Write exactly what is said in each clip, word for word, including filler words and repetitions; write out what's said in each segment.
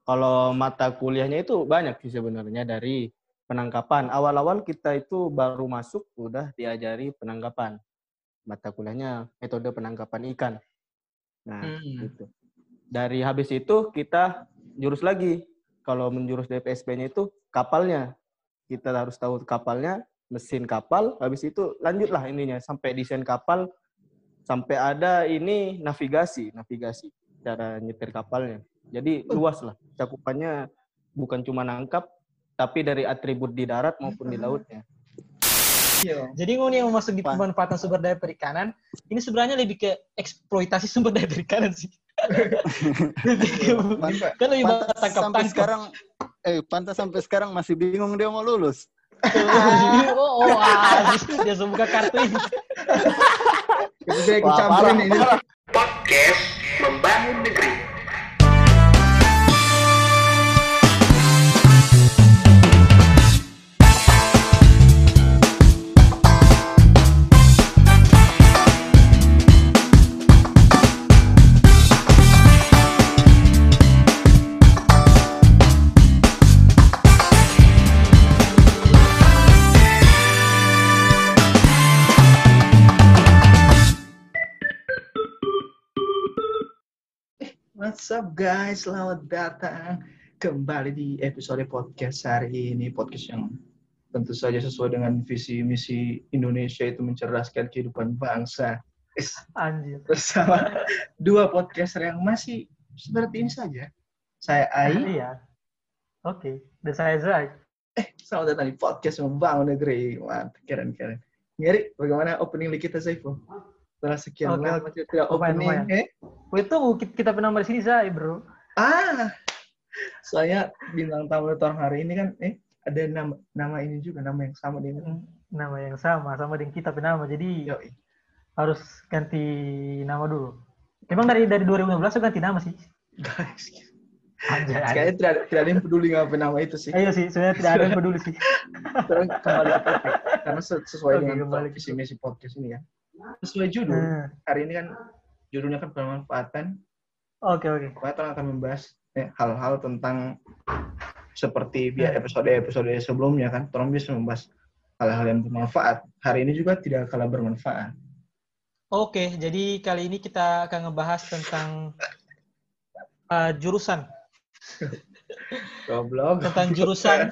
Kalau mata kuliahnya itu banyak sih sebenarnya dari penangkapan. Awal-awal kita itu baru masuk udah diajari penangkapan. Mata kuliahnya metode penangkapan ikan. Nah, Hmm. gitu. Dari habis itu kita jurus lagi. Kalau menjurus D P S P-nya itu kapalnya. Kita harus tahu kapalnya, mesin kapal, habis itu lanjutlah ininya sampai desain kapal, sampai ada ini navigasi, navigasi cara nyetir kapalnya. Jadi luas lah cakupannya, bukan cuma nangkap, tapi dari atribut di darat maupun di lautnya. Iya. Jadi ngomongin yang masuk di pemanfaatan sumber daya perikanan, ini sebenarnya lebih ke eksploitasi sumber daya perikanan sih. Kan lebih Pantas tangkap sampai tangkap. sekarang, eh Pantas sampai sekarang masih bingung dia mau lulus. oh, oh ah, dia buka kartu ini. Itu saya ikut campurin ini. Podcast Membangun Negeri. What's up guys, selamat datang kembali di episode podcast hari ini. Podcast yang tentu saja sesuai dengan visi misi Indonesia, itu mencerdaskan kehidupan bangsa. Anjir. Bersama dua podcaster yang masih seperti ini saja. Saya Ai. Iya. Oke. Dan saya Zai. Eh, selamat datang di podcast Membangun Negeri. Mantap, keren-keren. Ngeri, bagaimana opening kita, Saiful? Setelah sekian Oke, lama oke. tidak Lumayan, opening, lumayan. eh? Oh, itu kita punya nomor di sini, Zai, bro. Ah, soalnya bintang tamu orang hari ini kan, eh ada nama nama ini juga, nama yang sama dengan Nama yang sama, sama dengan kita punya nama. Jadi Yoi. harus ganti nama dulu. Emang dari dari dua ribu lima belas tuh ganti nama sih. Guys, Anjay, kayaknya tidak ada, tidak ada yang peduli dengan nama itu sih. Ayo sih, sebenarnya tidak ada yang peduli sih. Terus kembali ke topik, karena sesuai Oke, dengan kembali ke visi misi podcast ini ya. Sesuai judul, Hmm. hari ini kan judulnya kan pemanfaatan. Oke, oke. Kita akan membahas eh, hal-hal tentang seperti biar Hmm. episode-episode sebelumnya kan, tolong bisa membahas hal-hal yang bermanfaat. Hari ini juga tidak kalah bermanfaat. Oke, jadi kali ini kita akan ngebahas tentang uh, jurusan. Goblok. Tentang jurusan.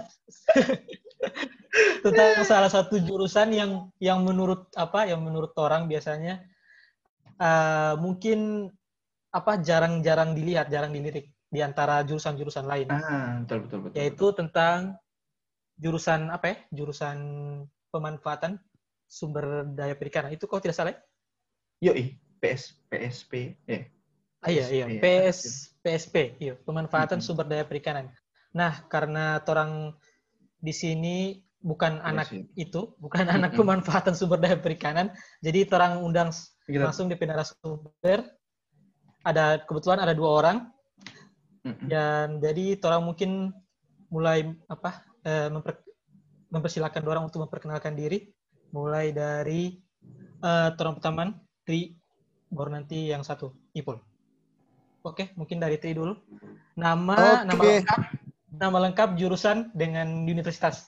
Tentang salah satu jurusan yang yang menurut apa? Yang menurut orang biasanya uh, mungkin apa jarang-jarang dilihat, jarang dilirik di antara jurusan-jurusan lain. Ah, betul betul betul. Yaitu tentang jurusan apa ya? Jurusan pemanfaatan sumber daya perikanan. Itu kok tidak salah? Ya? Yoi, P S P S P, eh. Ah, iya, iya. P S P. P S P, iya, pemanfaatan Mm-hmm. sumber daya perikanan. Nah, karena orang di sini bukan Iya anak sih. itu, bukan Mm-hmm. anak pemanfaatan sumber daya perikanan, jadi orang undang Kita- langsung di narasumber. Ada kebetulan ada dua orang, Mm-mm. dan jadi orang mungkin mulai apa eh, memper, mempersilakan orang untuk memperkenalkan diri, mulai dari eh, orang pertama Tri, baru nanti yang satu Ipul. Oke, mungkin dari Tri dulu. Nama, Oke. nama lengkap, nama lengkap, jurusan dengan universitas.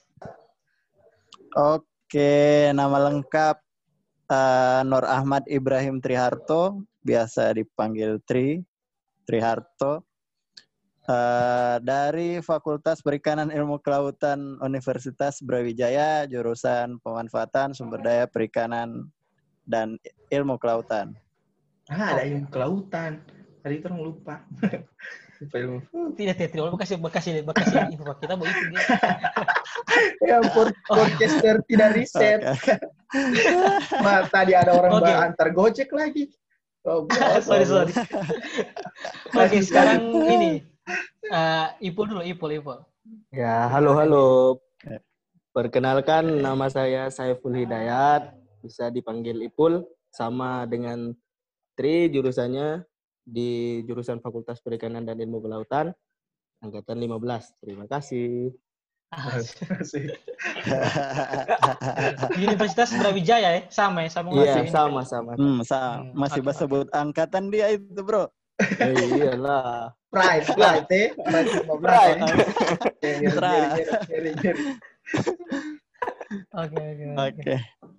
Oke, nama lengkap uh, Nur Ahmad Ibrahim Triharto, biasa dipanggil Tri, Triharto. Uh, dari Fakultas Perikanan Ilmu Kelautan Universitas Brawijaya, jurusan pemanfaatan sumber daya perikanan dan ilmu kelautan. Ah, ada ilmu kelautan. Tadi itu orang lupa. Lupa ilmu. Tidak, tidak, tidak. Bekasi, bekasi, bekasi info kita, bahwa itu dia. Ya, pod- podcaster tidak riset. Nah, tadi ada orang Oke. antar Gojek lagi. Oh, sorry, sorry. Oke, sekarang ini. Uh, Ipul dulu, Ipul, Ipul. Ya, halo halo. Perkenalkan, nama saya Saiful Hidayat, bisa dipanggil Ipul, sama dengan Tri, jurusannya di jurusan Fakultas Perikanan dan Ilmu Kelautan, angkatan lima belas. Terima kasih. Universitas Brawijaya ya, sama ya, sama Iya, ngelakuin. sama-sama. Hmm, sa- Hmm, masih oke, bahasa sebut angkatan dia itu, bro. Eh, iyalah. Pride, pride, eh. Pride lima belas. Pride. eh. Ngeri, ngeri, ngeri, ngeri, ngeri. Oke, oke, Oke.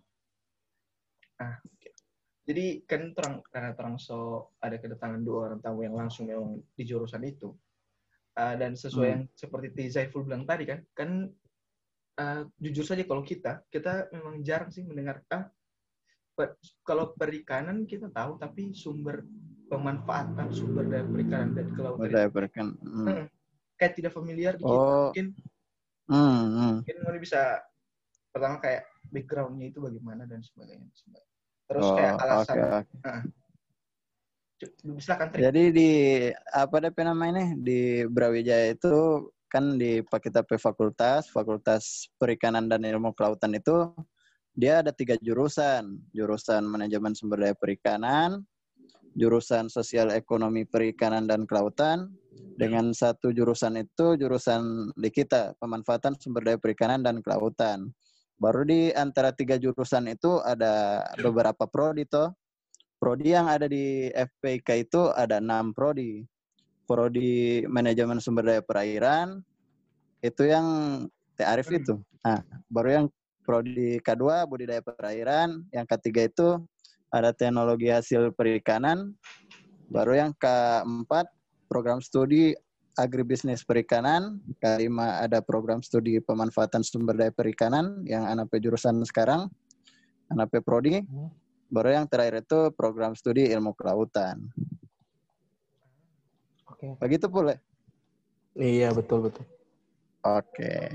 Jadi kan terang karena terang so ada kedatangan dua orang tamu yang langsung memang di jurusan itu. Uh, dan sesuai Hmm. yang seperti Zaiful bilang tadi kan, kan uh, jujur saja kalau kita, kita memang jarang sih mendengar, ah, per, kalau perikanan kita tahu, tapi sumber pemanfaatan sumber daya perikanan dan kelautan itu Udah berikan. Hmm. kayak tidak familiar di kita. Oh. Mungkin, Hmm, hmm. mungkin Moni bisa pertama kayak background-nya itu bagaimana dan sebagainya. Terus Oh, kayak alasan, oke, oke. uh, silakan Tri. Jadi di apa D P namanya di Brawijaya itu kan di kita P fakultas, Fakultas Perikanan dan Ilmu Kelautan itu dia ada tiga jurusan, jurusan Manajemen Sumber Daya Perikanan, jurusan Sosial Ekonomi Perikanan dan Kelautan, dengan satu jurusan itu jurusan di kita Pemanfaatan Sumber Daya Perikanan dan Kelautan. Baru di antara tiga jurusan itu ada beberapa prodi toh. Prodi yang ada di F P I K itu ada enam prodi. Prodi Manajemen Sumber Daya Perairan, itu yang T Arif itu. Nah, baru yang prodi kedua Budidaya Perairan, yang ketiga itu ada Teknologi Hasil Perikanan, baru yang keempat Program Studi Agribisnis Perikanan, kelima ada Program Studi Pemanfaatan Sumber Daya Perikanan, yang anak jurusan sekarang, anak prodi. Baru yang terakhir itu program studi ilmu kelautan. Oke. Begitu pula. Iya, betul betul. Oke.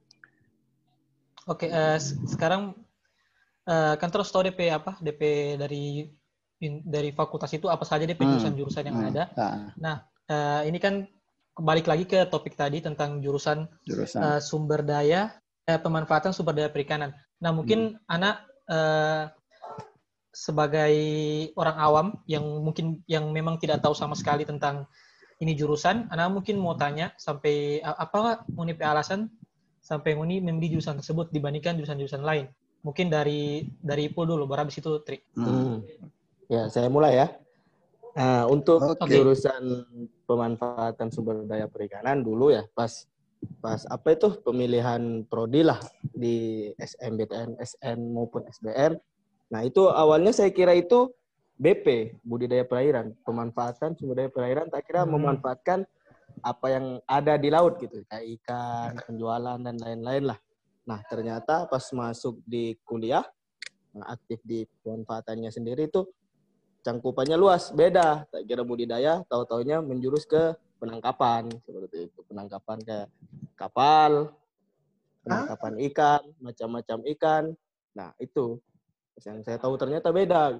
Oke, eh, s- sekarang eh, kan terus tahu D P apa? D P dari in- dari fakultas itu apa saja D P Hmm. jurusan-jurusan yang Hmm. ada. Ah, Nah, eh, ini kan balik lagi ke topik tadi tentang jurusan jurusan. eh, sumber daya, eh, pemanfaatan sumber daya perikanan. Nah, mungkin anak eh, sebagai orang awam yang mungkin yang memang tidak tahu sama sekali tentang ini jurusan, anak mungkin mau tanya sampai a- apa Muni pe alasan sampai Muni memilih jurusan tersebut dibandingkan jurusan-jurusan lain. Mungkin dari dari Ipul dulu, baru habis itu Tri. Hmm. Hmm. Ya, saya mulai ya. Nah, untuk Oke. jurusan pemanfaatan sumber daya perikanan dulu ya, pas pas apa itu pemilihan prodi lah di S M B T N, S N maupun S B R. Nah, itu awalnya saya kira itu B P, budidaya perairan, pemanfaatan sumber daya perairan, tak kira Hmm. memanfaatkan apa yang ada di laut gitu, kayak ikan, penjualan dan lain-lain lah. Nah, ternyata pas masuk di kuliah, nah, aktif di pemanfaatannya sendiri itu cangkupannya luas, beda. Tak kira budidaya, tahu-taunya menjurus ke penangkapan seperti itu, penangkapan kayak kapal, penangkapan ikan, macam-macam ikan. Nah, itu yang saya tahu ternyata beda.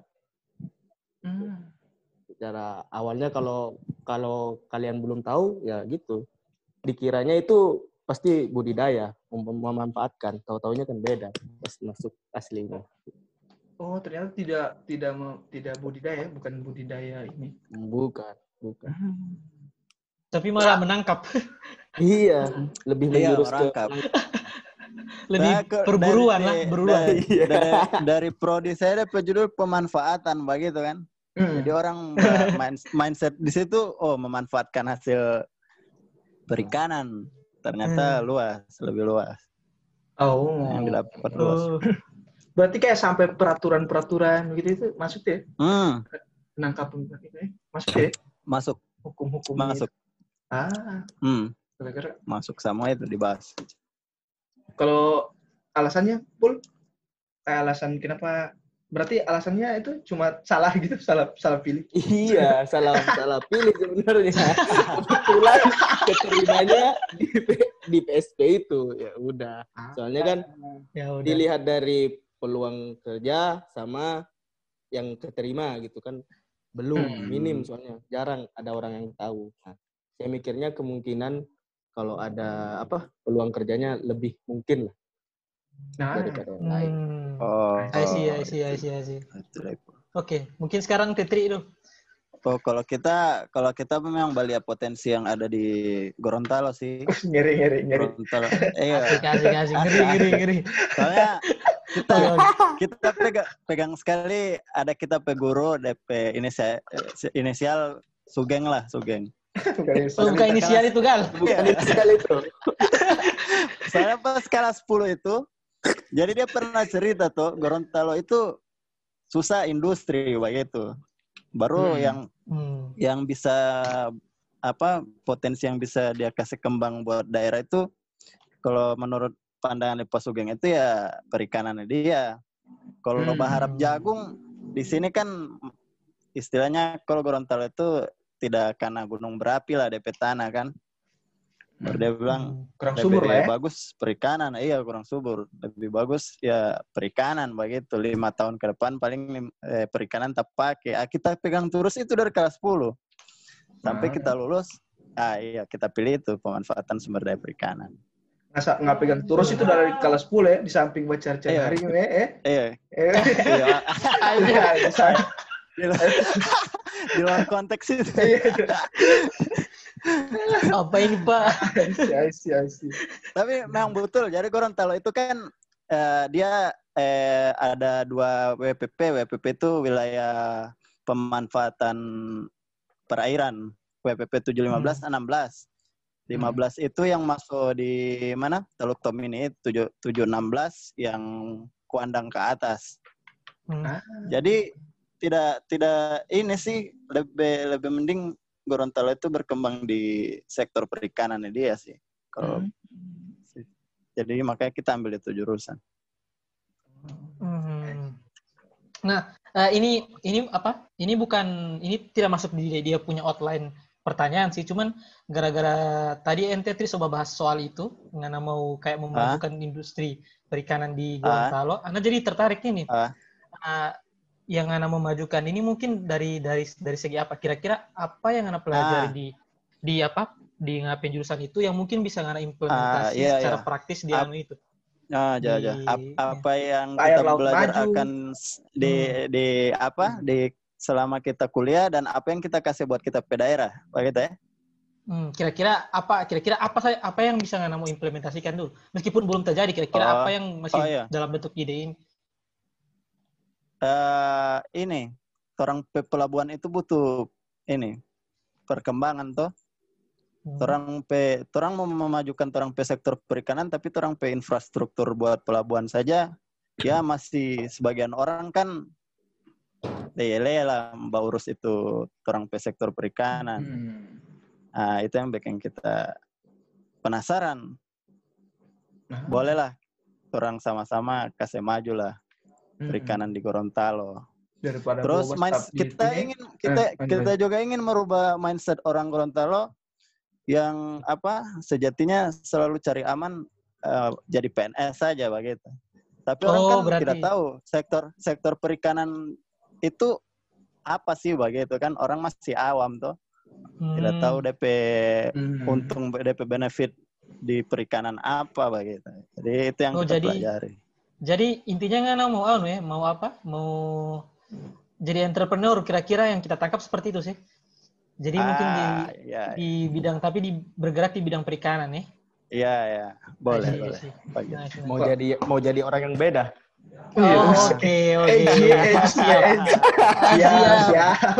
Hmm. Secara awalnya kalau kalau kalian belum tahu ya gitu. Dikiranya itu pasti budidaya, mem- memanfaatkan. Tahu-taunya kan beda pas masuk aslinya. Oh, ternyata tidak tidak me- tidak budidaya, bukan budidaya ini. Bukan, bukan. Hmm. Tapi malah menangkap, Iya, lebih Iya, menjurus ke merangkap. lebih Saya ke- perburuan dari- lah, beruan. Dari, Iya. dari, dari prodi saya ada judul pemanfaatan begitu kan. Hmm. Jadi orang ba- mind- mindset di situ oh memanfaatkan hasil perikanan. Ternyata Hmm. luas, lebih luas Oh. yang didapat luas. Oh, Berarti kayak sampai peraturan-peraturan gitu itu masuk ya? Hmm, Penangkapan ini masuk ya? masuk, Hukum-hukum masuk. Ah, Hmm, kira-kira. masuk semua itu dibahas. Kalau alasannya, Pul, kayak alasan kenapa? Berarti alasannya itu cuma salah gitu, salah salah pilih. Iya, salah salah pilih sebenarnya. Kebetulan keterimanya di, P- di P S P itu ya udah. Soalnya kan ya udah. dilihat dari peluang kerja sama yang keterima gitu kan belum Hmm. minim soalnya jarang ada orang yang tahu. Nah, saya mikirnya kemungkinan kalau ada apa peluang kerjanya lebih mungkin lah Nah, daripada yang lain. Hmm. Oh, I see, I see, I see, I see. itu. Oke, mungkin sekarang Tetri itu. Oh, kalau kita kalau kita memang melihat potensi yang ada di Gorontalo sih. ngeri ngeri ngeri. Gorontalo. Iya. Asik, asik, asik. Ngeri, ngeri, ngeri. Soalnya kita Oke, oke. kita pegang, pegang sekali ada kita pe guru D P inisial, inisial Sugeng lah, Sugeng. Bukan Oh, bukan inisial itu, Gal. Bukan inisial itu. Saya pas kelas sepuluh itu, jadi dia pernah cerita tuh, Gorontalo itu susah industri begitu. Baru Hmm. yang Hmm. yang bisa apa potensi yang bisa dia kasih kembang buat daerah itu, kalau menurut pandangan Pak Sugeng itu ya perikanannya dia. Kalau Hmm. berharap jagung di sini kan istilahnya kalau Gorontalo itu tidak karena gunung berapi lah D P tanah kan. Baru dia bilang kurang lebih subur lah ya. bagus perikanan, iya kurang subur. Lebih bagus ya perikanan begitu. Lima tahun ke depan paling lim- eh, perikanan tak pakai. Ah, kita pegang terus itu dari kelas sepuluh sampai Ah. kita lulus. Ah iya kita pilih itu pemanfaatan sumber daya perikanan. Nggak nggak pegang terus itu dari kelas sepuluh ya, di samping baca cari Iya. hari eh eh. Iya. Eh. Iya. Iya, di samping. Di luar, di luar konteks itu. Apa ini, Pak? I see, I see. Tapi memang betul. Jadi Gorontalo itu kan eh, dia eh, ada dua W P P. W P P itu wilayah pemanfaatan perairan. W P P tujuh lima belas enam belas. lima belas itu yang masuk di mana? Teluk Tomini, tujuh enam belas yang Kuandang ke atas. Hmm. Jadi tidak tidak ini sih lebih lebih mending Gorontalo itu berkembang di sektor perikanannya dia sih. Kalau Hmm. jadi makanya kita ambil itu jurusan. Hmm. Nah, eh, ini ini apa? Ini bukan ini tidak masuk di dia punya outline pertanyaan sih, cuman gara-gara tadi ente Tri coba bahas soal itu, ngana mau kayak memajukan ah? industri perikanan di Gorontalo, ah? Ana jadi tertarik nih. Ah? Uh, yang Ana memajukan ini mungkin dari dari dari segi apa? Kira-kira apa yang Ana pelajari ah. di di apa? Di ngapain jurusan itu yang mungkin bisa Ana implementasi ah, iya, secara iya. praktis di Ap- anu itu. Nah, Di, jaja. Ap- apa yang Air kita laut belajar maju. akan di Hmm. di apa? Di selama kita kuliah dan apa yang kita kasih buat kita ke daerah, begitu ya? Hmm, kira-kira apa? Kira-kira apa saya apa yang bisa Ana mau implementasikan dulu? Meskipun belum terjadi, kira-kira Oh. apa yang masih Oh, iya. dalam bentuk ide ini? Uh, ini orang pe pelabuhan itu butuh ini perkembangan toh. Hmm. Orang pe orang mau memajukan orang pe sektor perikanan tapi orang pe infrastruktur buat pelabuhan saja ya masih sebagian orang kan lele lah mbak urus itu orang pe sektor perikanan. Hmm. Nah, itu yang bikin kita penasaran. Nah. Bolehlah orang sama-sama kasih maju lah perikanan di Gorontalo. Daripada terus main, kita ini, ingin kita eh, kita juga ingin merubah mindset orang Gorontalo yang apa sejatinya selalu cari aman uh, jadi P N S saja begitu. Tapi orang Oh, kan berarti. tidak tahu sektor sektor perikanan itu apa sih begitu kan, orang masih awam tuh. Hmm. Tidak tahu D P Hmm. untung D P benefit di perikanan apa begitu. Jadi itu yang Oh, kita jadi, pelajari. Jadi intinya nggak mau anu ya, mau apa? Mau jadi entrepreneur kira-kira yang kita tangkap seperti itu sih. Jadi ah, mungkin di ya, di bidang tapi di bergerak di bidang perikanan ya. Iya ya, boleh Iya, boleh. iya. Begitu. Nice, nice. Mau jadi mau jadi orang yang beda. Oh, oke oke. Siap, siap.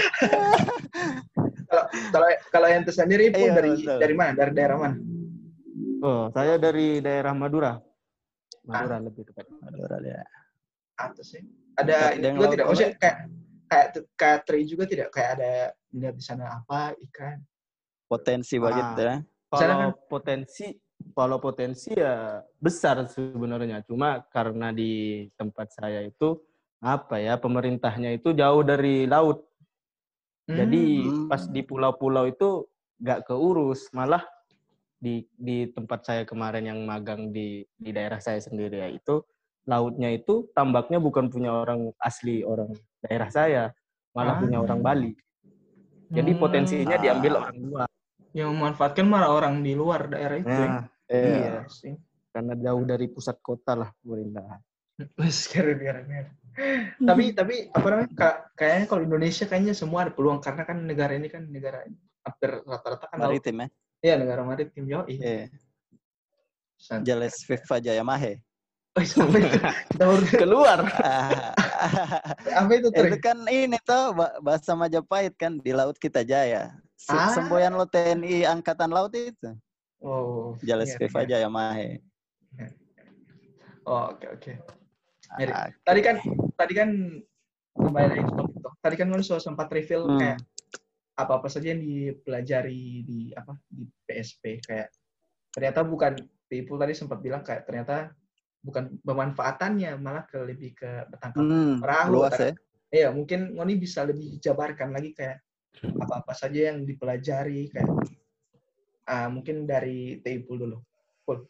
Kalau kalau yang sendiri pun Iya, dari betul. dari mana? Dari daerah mana? Oh, saya dari daerah Madura. Madura Ah. lebih tepat. Madura ya. Atas sih. Ada Dekat dengan juga laut tidak? apa? Maksudnya kayak kayak kayak tri juga tidak? Kayak ada lihat di sana apa ikan? Potensi Ah. begitu ya. Kalau Misalkan- potensi, kalau potensi ya besar sebenarnya. Cuma karena di tempat saya itu apa ya pemerintahnya itu jauh dari laut. Jadi Hmm. pas di pulau-pulau itu nggak keurus, malah di di tempat saya kemarin yang magang di di daerah saya sendiri ya itu lautnya itu tambaknya bukan punya orang asli orang daerah saya, malah Ah. punya orang Bali. Jadi Hmm. potensinya Ah. diambil orang luar. yang memanfaatkan malah orang di luar daerah itu. Nah, ya. iya, Sih. karena jauh dari pusat kota lah pemerintahan. Wes keren keren keren. Tapi tapi apa namanya? Ka- kayaknya kalau Indonesia kayaknya semua ada peluang karena kan negara ini kan negara hampir rata-rata kan laut. Maritim ya. Iya, negara maritim. Yo, iya. Iya. Santai. Jelas Viva Jayamahe. Oh, sampai itu. Kita baru Keluar. Ah, Apa itu Itu Tri? kan ini tuh ba- bahasa Majapahit kan di laut kita jaya. Se- Ah. Semboyan lo T N I Angkatan Laut itu. Oh, Jelas ngeri, Viva ngeri. Jaya Mahe. Oh, oke oke. Ngeri. Oke. Tadi kan tadi kan kembali lagi ke topik toh. Tadi kan kan sudah sempat reveal Hmm. kayak apa-apa saja yang dipelajari di apa di P S P kayak ternyata bukan Ipul tadi sempat bilang kayak ternyata bukan pemanfaatannya malah ke lebih ke bertangkap Hmm, perahu. luas ya. Iya, mungkin Ngoni bisa lebih jabarkan lagi kayak apa-apa saja yang dipelajari kayak ah, mungkin dari Ipul dulu. Pul.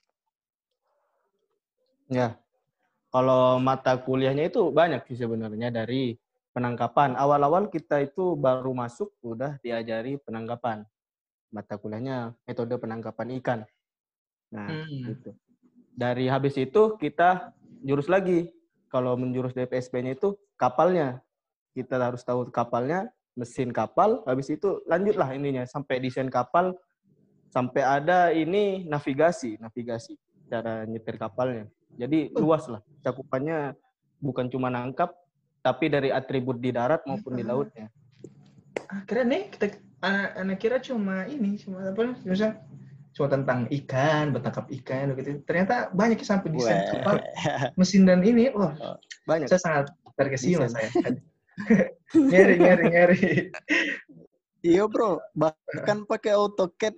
Ya, kalau mata kuliahnya itu banyak sih sebenarnya dari penangkapan. Awal-awal kita itu baru masuk udah diajari penangkapan. Mata kuliahnya metode penangkapan ikan. Nah, Hmm. gitu. Dari habis itu kita jurus lagi. Kalau menjurus D P S P-nya itu kapalnya. Kita harus tahu kapalnya, mesin kapal, habis itu lanjutlah ininya sampai desain kapal, sampai ada ini navigasi, navigasi cara nyetir kapalnya. Jadi luas lah cakupannya, bukan cuma nangkap, tapi dari atribut di darat maupun di lautnya. Ah, keren nih, kita anak, anak kira cuma ini, cuma apa? Misal cuma tentang ikan, bertangkap ikan gitu. Ternyata banyak sampai desain Weh. kapal, mesin dan ini. Wah, Banyak. saya sangat terkesima Desain. saya. Ngeri, ngeri, ngeri. Iya bro, bahkan pakai AutoCAD.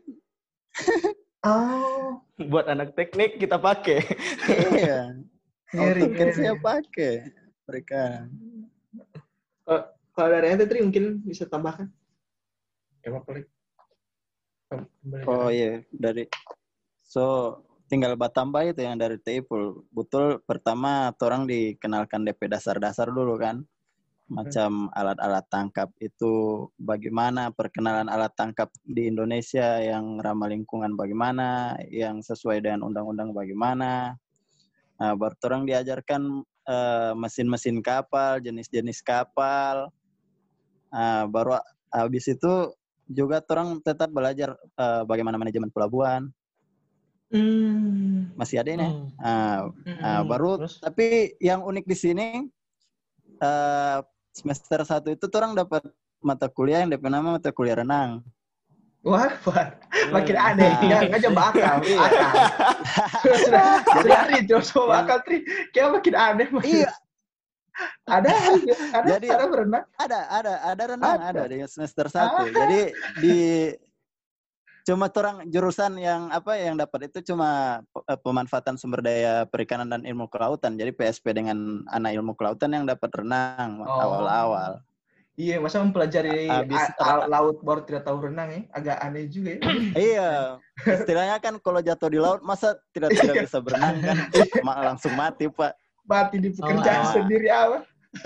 Oh, Buat anak teknik kita pakai. Iya. ngeri, AutoCAD ngeri. saya pakai. Mereka. Kalau kalau dari ente Tri mungkin bisa tambahkan. Ya apa klik. Oh iya, dari so tinggal batambah itu yang dari Teipul. Betul, pertama orang dikenalkan D P dasar-dasar dulu kan. Macam alat-alat tangkap itu bagaimana, perkenalan alat tangkap di Indonesia yang ramah lingkungan bagaimana, yang sesuai dengan undang-undang bagaimana. Nah, baru orang diajarkan uh, mesin-mesin kapal, jenis-jenis kapal. Nah, baru habis itu juga orang tetap belajar uh, bagaimana manajemen pelabuhan. Hmm. Masih ada ini. Hmm. Nah, Hmm. nah, baru Terus? tapi yang unik di sini uh, semester satu itu orang dapat mata kuliah yang D P nama mata kuliah renang. Wah, wah, makin Hmm. aneh. Nah. Nggak nggak jambak akal, Iya. akal. sudah, sudah Tri, coba yang- akal Tri. Kayak makin aneh. Iya, Ada, ada, Jadi, ada berenang. ada ada ada renang Ada. ada, di semester satu. Ah. Jadi di cuma orang jurusan yang apa yang dapat itu cuma pe- pemanfaatan sumber daya perikanan dan ilmu kelautan. Jadi P S P dengan anak ilmu kelautan yang dapat renang Oh. awal-awal. Iya, masa mempelajari Habis a- a- laut baru tidak tahu renang ya? Agak aneh juga ya. Iya, istilahnya kan kalau jatuh di laut masa tidak tidak bisa berenang kan, Ma- langsung mati Pak. Mati di pekerjaan Oh. sendiri apa?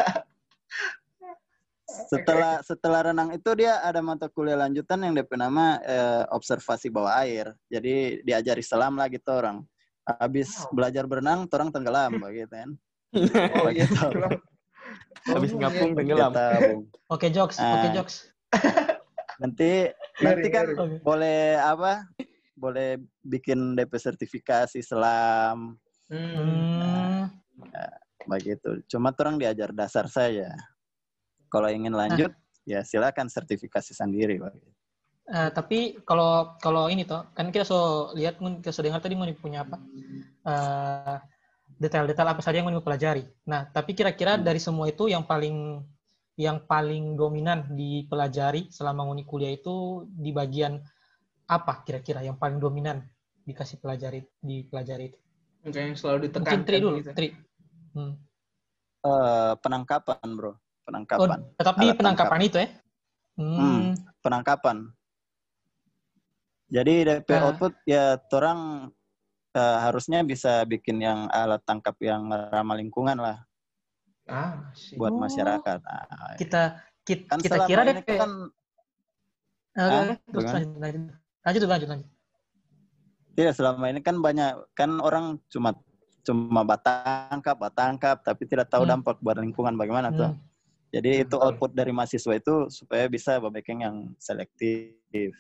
Setelah setelah renang itu dia ada mata kuliah lanjutan yang D P nama eh, observasi bawah air. Jadi diajari selam lah gitu orang. Habis Wow. belajar berenang, orang tenggelam begitu kan. Oh iya. Begitu. Habis Oh, ngapung iya. tenggelam. Kita, Bung. Oke jokes, Ah. oke jokes. Nanti Ngeri, nanti kan ngeri. Oke. boleh apa? Boleh bikin D P sertifikasi selam Hmm. Hmm. begitu. Cuma orang diajar dasar saja. Kalau ingin lanjut ya silakan sertifikasi sendiri Pak. Eh, tapi kalau kalau ini toh kan kita so lihat mun kita so dengar tadi mau punya apa Eh, detail-detail apa saja yang mau pelajari. Nah tapi kira-kira dari semua itu yang paling yang paling dominan dipelajari selama nguni kuliah itu di bagian apa kira-kira yang paling dominan dikasih pelajari dipelajari itu? Oke, yang selalu Mungkin ditekankan Tri dulu, gitu. Tri. Hmm. Eh, penangkapan bro, Oh, penangkapan. tetap di Alat penangkapan tangkap. itu ya? Hmm. Hmm. Penangkapan. Jadi D P Ah. output ya orang eh, harusnya bisa bikin yang alat tangkap yang ramah lingkungan lah Ah, sih. buat Oh. masyarakat. Nah, Kita kita, kan kita selama kira ini deh kan Oke, Hah? oke. Terus Bagaimana? lanjut, lanjut. Lanjut, lanjut, lanjut. tidak selama ini kan banyak kan orang cuma cuma batangkap batangkap tapi tidak tahu Hmm. dampak buat lingkungan bagaimana tuh. Hmm. Jadi Hmm, itu betul. output dari mahasiswa itu supaya bisa baking yang selektif.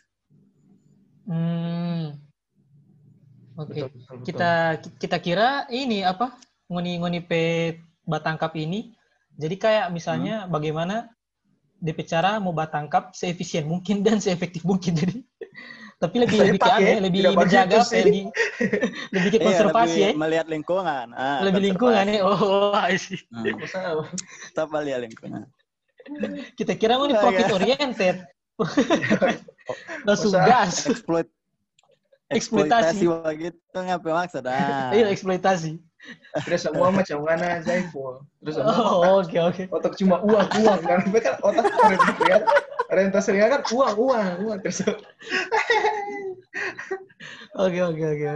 Hmm. Oke. Betul, betul, betul. Kita kita kira ini apa? Nguni-nguni P Batangkap ini Jadi kayak misalnya hmm. bagaimana D P cara mau tangkap seefisien mungkin dan seefektif mungkin. Jadi tapi lebih Saya lebih ke anu ya, lebih menjaga apa ya, lebih lebih ke konservasi iya, ya. Melihat lingkungan. Ah, lebih lingkungan ya. Oh, I see. Hmm. Tetap melihat lingkungan. Kita kira mau ini profit oriented. Langsung gas. Exploit. Eksploitasi begitu ngapa maksud? Ah. Iya, eksploitasi. Terus semua macam mana Zaiful. Terus semua oh, oke oke. Okay, okay. Otak cuma uang uang kan kan otak orientasi orientasi kan uang uang uang terus. Oke oke oke.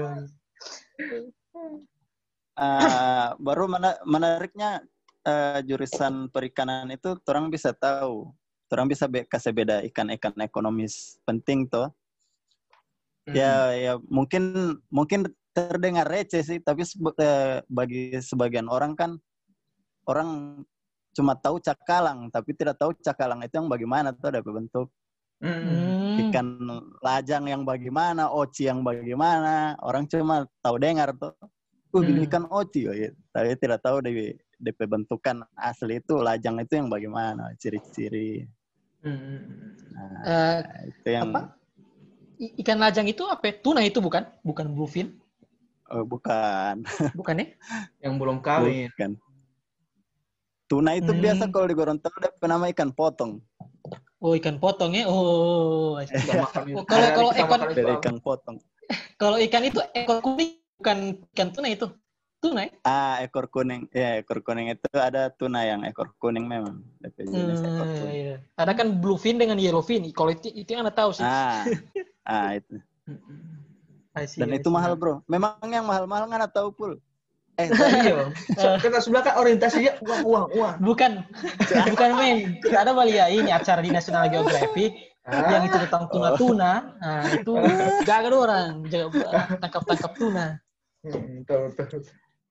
Uh, baru mana, menariknya uh, jurusan perikanan itu orang bisa tahu, orang bisa be- kasih beda ikan-ikan ekonomis penting toh. Hmm. Ya ya mungkin mungkin terdengar receh sih, tapi sebe- eh, bagi sebagian orang kan orang cuma tahu cakalang, tapi tidak tahu cakalang itu yang bagaimana tuh ada bentuk. Hmm. Ikan lajang yang bagaimana, oci yang bagaimana, orang cuma tahu dengar tuh. Uh, hmm. ikan oci, gitu. Tapi tidak tahu dari D P bentukan asli itu lajang itu yang bagaimana, ciri-ciri. Hmm. Nah, uh, itu yang apa? Ikan lajang itu apa? Tuna itu bukan? Bukan bluefin? Oh, bukan. Bukan ya? Yang belum kawin. Bukan. Tuna itu hmm. biasa kalau di Gorontalo ada nama ikan potong. Oh, ikan potong ya? Oh. oh kalau kalau ikan dari ikan potong. Kalau ikan itu ekor kuning bukan ikan tuna itu. Tuna ya? Ah, ekor kuning. Ya, ekor kuning itu ada tuna yang ekor kuning memang. Jenis hmm, ekor kuning. Iya. Ada kan bluefin dengan yellowfin. Kalau itu, itu yang Anda tahu sih. Ah. Ah, itu. See, Dan itu mahal, Bro. Memang yang mahal-mahal nggak tahu pul. Eh, iya. Kita sebelah kan orientasinya uang, uang, uang. Bukan, bukan main. Ada balik ya ini acara di National Geographic ah. yang itu tentang tuna-tuna. Nah, itu gak ada orang jaga tangkap-tangkap tuna. Betul, betul.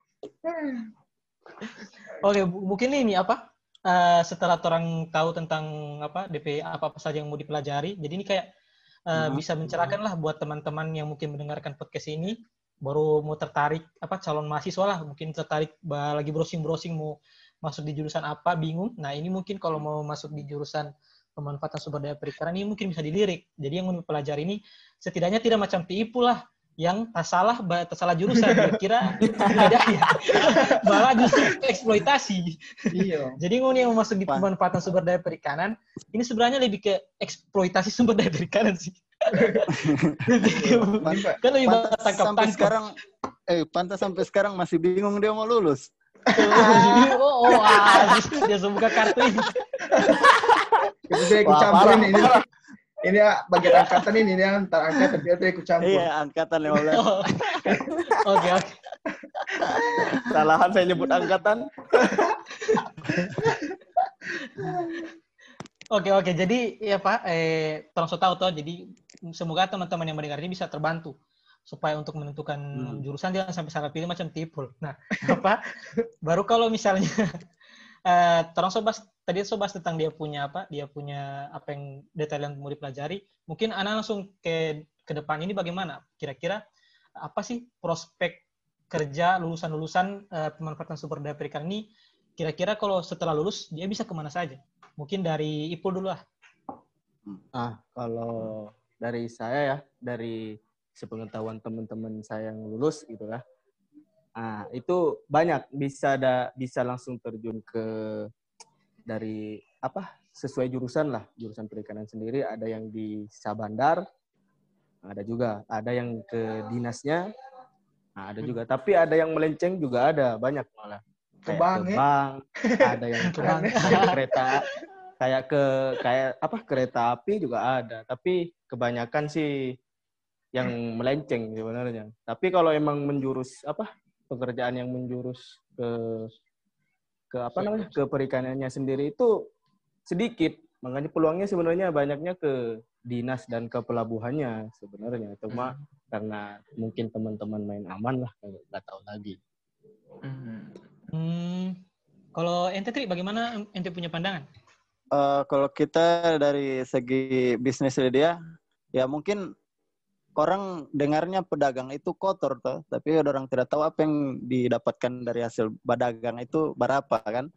Oke, mungkin ini apa? Uh, setelah orang tahu tentang apa D P apa-apa saja yang mau dipelajari. Jadi ini kayak uh, hmm. bisa mencerahkan lah buat teman-teman yang mungkin mendengarkan podcast ini. Baru mau tertarik apa calon mahasiswa lah mungkin tertarik bah, lagi browsing-browsing mau masuk di jurusan apa bingung. Nah ini mungkin kalau mau masuk di jurusan pemanfaatan sumber daya perikanan ini mungkin bisa dilirik. Jadi yang mau dipelajari ini setidaknya tidak macam P I P U lah yang tak salah tak salah jurusan kira tidak ya malah justru eksploitasi. Iya. Jadi yang mau masuk di pemanfaatan sumber daya perikanan ini sebenarnya lebih ke eksploitasi sumber daya perikanan sih. Kan lebih sampai sekarang eh pantas sampai sekarang masih bingung dia mau lulus. oh, oh ah, dia buka kartu ini. Itu saya ikut campurin ini. Ini bagian angkatan ini, ini antar angkatan dia tuh ikut campur. Iya, angkatan lima belas. Oke, oke. Salahan saya nyebut angkatan. Oke oke jadi ya Pak, eh tolong so tahu toh. Jadi semoga teman-teman yang mendengar ini bisa terbantu supaya untuk menentukan hmm. jurusan jangan sampai salah pilih macam tipul. Nah apa? Baru kalau misalnya eh tolong sobas tadi sobas tentang dia punya apa? Dia punya apa yang detail yang mau dipelajari. Mungkin Ana langsung ke ke depan ini bagaimana? Kira-kira apa sih prospek kerja lulusan-lulusan eh, pemanfaatan sumber daya perikanan ini? Kira-kira kalau setelah lulus dia bisa kemana saja? Mungkin dari Ipul dulu lah. Ah, kalau dari saya ya, dari sepengetahuan teman-teman saya yang lulus gitu lah. Ah, itu banyak bisa ada bisa langsung terjun ke dari apa? Sesuai jurusan lah, jurusan perikanan sendiri ada yang di Sabandar, ada juga, ada yang ke dinasnya. Nah, ada juga, tapi ada yang melenceng juga ada, banyak malah. Kayak ke bank, ada yang ke kereta, kayak ke kayak apa kereta api juga ada. Tapi kebanyakan sih yang melenceng sebenarnya. Tapi kalau emang menjurus apa pekerjaan yang menjurus ke ke apa namanya ke perikanannya sendiri itu sedikit. Makanya peluangnya sebenarnya banyaknya ke dinas dan ke pelabuhannya sebenarnya. Cuma hmm. karena mungkin teman-teman main aman lah, nggak tahu lagi. Hmm. Hmm, kalau ente Tri, bagaimana ente punya pandangan? Uh, kalau kita dari segi bisnis dia, ya mungkin orang dengarnya pedagang itu kotor toh, tapi orang tidak tahu apa yang didapatkan dari hasil berdagang itu berapa kan?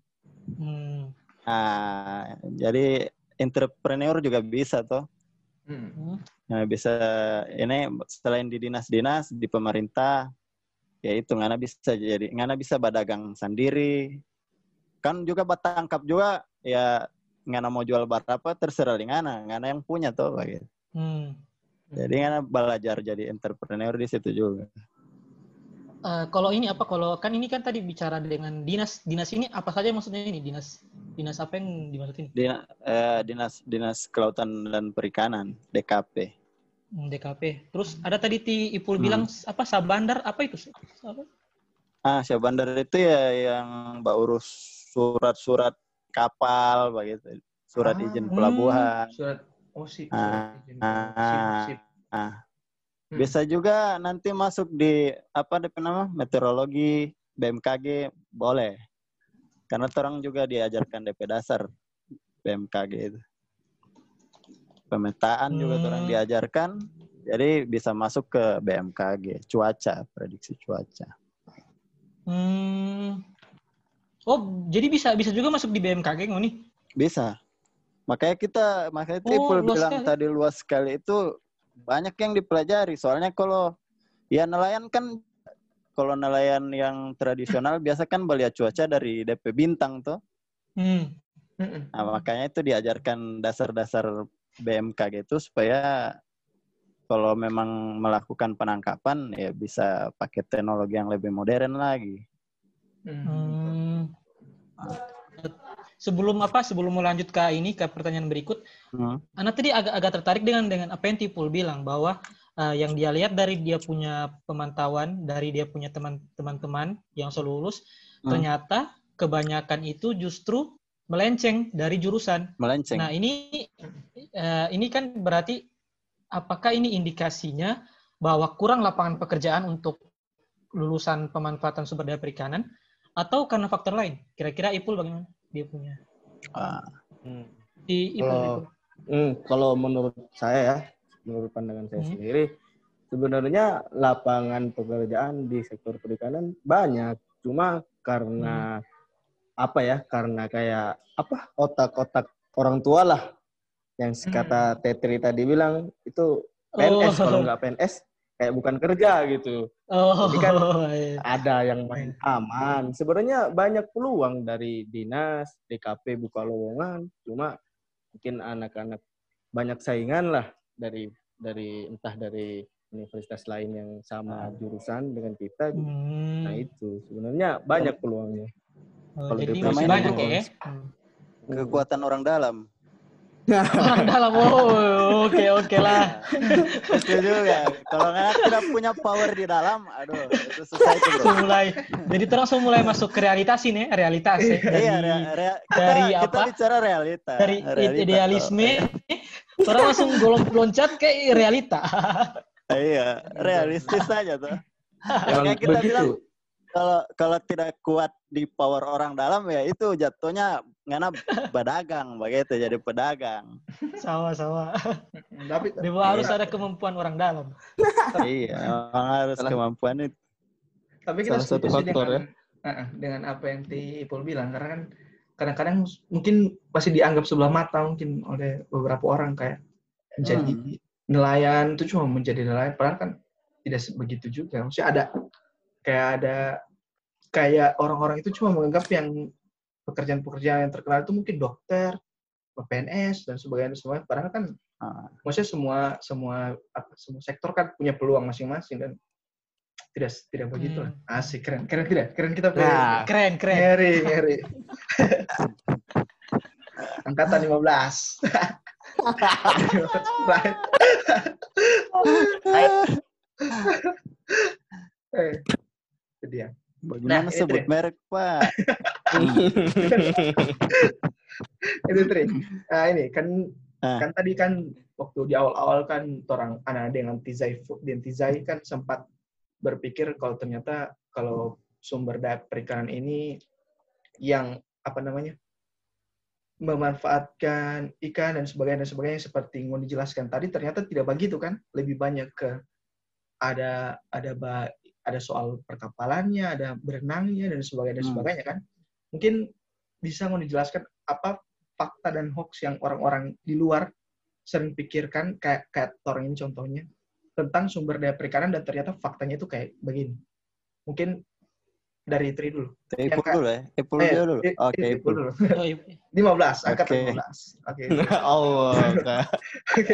Hmm. Nah, jadi entrepreneur juga bisa toh. Hmm. Nah, bisa ini selain di dinas-dinas di pemerintah, ya itu ngana bisa jadi ngana bisa berdagang sendiri. Kan juga batangkap juga ya ngana mau jual berapa terserah di ngana, ngana yang punya toh begitu. Hmm. Jadi ngana belajar jadi entrepreneur di situ juga. Uh, kalau ini apa? Kalau kan ini kan tadi bicara dengan dinas, dinas ini apa saja maksudnya ini dinas, dinas apa yang dimaksud ini? Dinas, eh, dinas dinas kelautan dan perikanan D K P. Hmm, D K P. Terus ada tadi Ti Ipul Hmm. bilang apa Sabandar apa itu? Apa? Ah, Syabandar itu ya yang mbak urus surat-surat kapal begitu, surat Ah, izin hmm. pelabuhan. Surat oh sip, Ah, surat izin pelabuhan. Sip, sip. ah, Hmm. bisa juga nanti masuk di apa D P nama meteorologi B M K G boleh, karena orang juga diajarkan D P dasar B M K G itu, pemetaan juga Hmm. orang diajarkan, jadi bisa masuk ke B M K G cuaca, prediksi cuaca. Hmm. Oh, jadi bisa bisa juga masuk di B M K G nih? Bisa. Makanya kita, makanya Oh, Ipul luas bilang sekali. tadi luas sekali itu banyak yang dipelajari. Soalnya kalau ya nelayan kan, kalau nelayan yang tradisional biasa kan melihat cuaca dari D P bintang tuh. Hmm. Nah, makanya itu diajarkan dasar-dasar B M K G itu supaya kalau memang melakukan penangkapan ya bisa pakai teknologi yang lebih modern lagi. Hmm. Sebelum apa? Sebelum melanjut ke ini ke pertanyaan berikut, Hmm. Ana tadi agak-agak tertarik dengan dengan apa yang Tipul bilang bahwa uh, yang dia lihat dari dia punya pemantauan, dari dia punya teman-teman yang selulus, Hmm. ternyata kebanyakan itu justru melenceng dari jurusan. Melenceng. Nah ini uh, ini kan berarti apakah ini indikasinya bahwa kurang lapangan pekerjaan untuk lulusan pemanfaatan sumber daya perikanan atau karena faktor lain? Kira-kira Ipul bagaimana dia punya? Ah. Hmm. Di Ipul, Kalau Ipul. hmm, kalau menurut saya ya, menurut pandangan saya Hmm. sendiri, sebenarnya lapangan pekerjaan di sektor perikanan banyak. Cuma karena hmm. apa ya? Karena kayak apa? Otak-otak orang tua lah. Yang kata Tetri tadi bilang itu P N S. Oh. Kalau nggak P N S kayak bukan kerja gitu. Oh. Jadi kan ada yang main aman. Sebenarnya banyak peluang dari dinas, D K P buka lowongan. Cuma mungkin anak-anak banyak saingan lah dari dari entah dari universitas lain yang sama jurusan dengan kita. Hmm. Nah itu sebenarnya banyak peluangnya. Oh, kalau jadi di masih namanya banyak juga ya. kekuatan orang dalam. Orang dalam, oh oke oke lah. Itu juga. Kalau nggak tidak punya power di dalam, aduh itu susah itu bro. So, mulai, jadi terus mulai masuk ke realitas ini, realitas ya. Dari, iya, rea, rea, kita, dari kita apa? bicara realita. Dari realita, idealisme, oh. orang langsung golong loncat ke realita. Iya, realistis saja tuh. Emang kita begitu. bilang kalau kalau tidak kuat di power orang dalam ya itu jatuhnya ngana berdagang begitu, jadi pedagang. Sama-sama. Tapi Dia harus ada kemampuan orang dalam. Iya, harus salah, kemampuan itu. Tapi kita salah satu setuju faktor dengan, ya. Uh, dengan apa yang Ti Ipul bilang, karena kan kadang-kadang mungkin masih dianggap sebelah mata mungkin oleh beberapa orang kayak menjadi hmm. nelayan itu cuma menjadi nelayan, padahal kan tidak begitu juga. Maksudnya ada kayak ada kayak orang-orang itu cuma menganggap yang pekerjaan-pekerjaan yang terkenal itu mungkin dokter, P N S dan sebagainya semua. Padahal kan uh. maksudnya semua semua apa semua sektor kan punya peluang masing-masing dan tidak tidak begitu lah. Hmm. Asik, keren keren tidak keren kita punya nah, keren keren ngeri ngeri angkatan lima belas. eh itu dia. Bagaimana nah, sebut merek Pak? Itu Tri. Nah ini kan ah. kan tadi kan waktu di awal-awal kan orang anak dengan Tizai dan Tizai kan sempat berpikir kalau ternyata kalau sumber daya perikanan ini yang apa namanya memanfaatkan ikan dan sebagainya dan sebagainya seperti yang dijelaskan tadi ternyata tidak begitu kan, lebih banyak ke ada ada ada soal perkapalannya, ada berenangnya dan sebagainya dan sebagainya kan. Mungkin bisa mau dijelaskan apa fakta dan hoax yang orang-orang di luar sering pikirkan, kayak kayak Tor ini contohnya, tentang sumber daya perikanan dan ternyata faktanya itu kayak begini. Mungkin dari Tri dulu. Ipul dulu ya? Ipul eh, dulu. eh, Oke, eh, Ipul. dulu. Oh, iya. lima belas, angkat Oke. lima belas. Oke. Oh, Kak. Oke.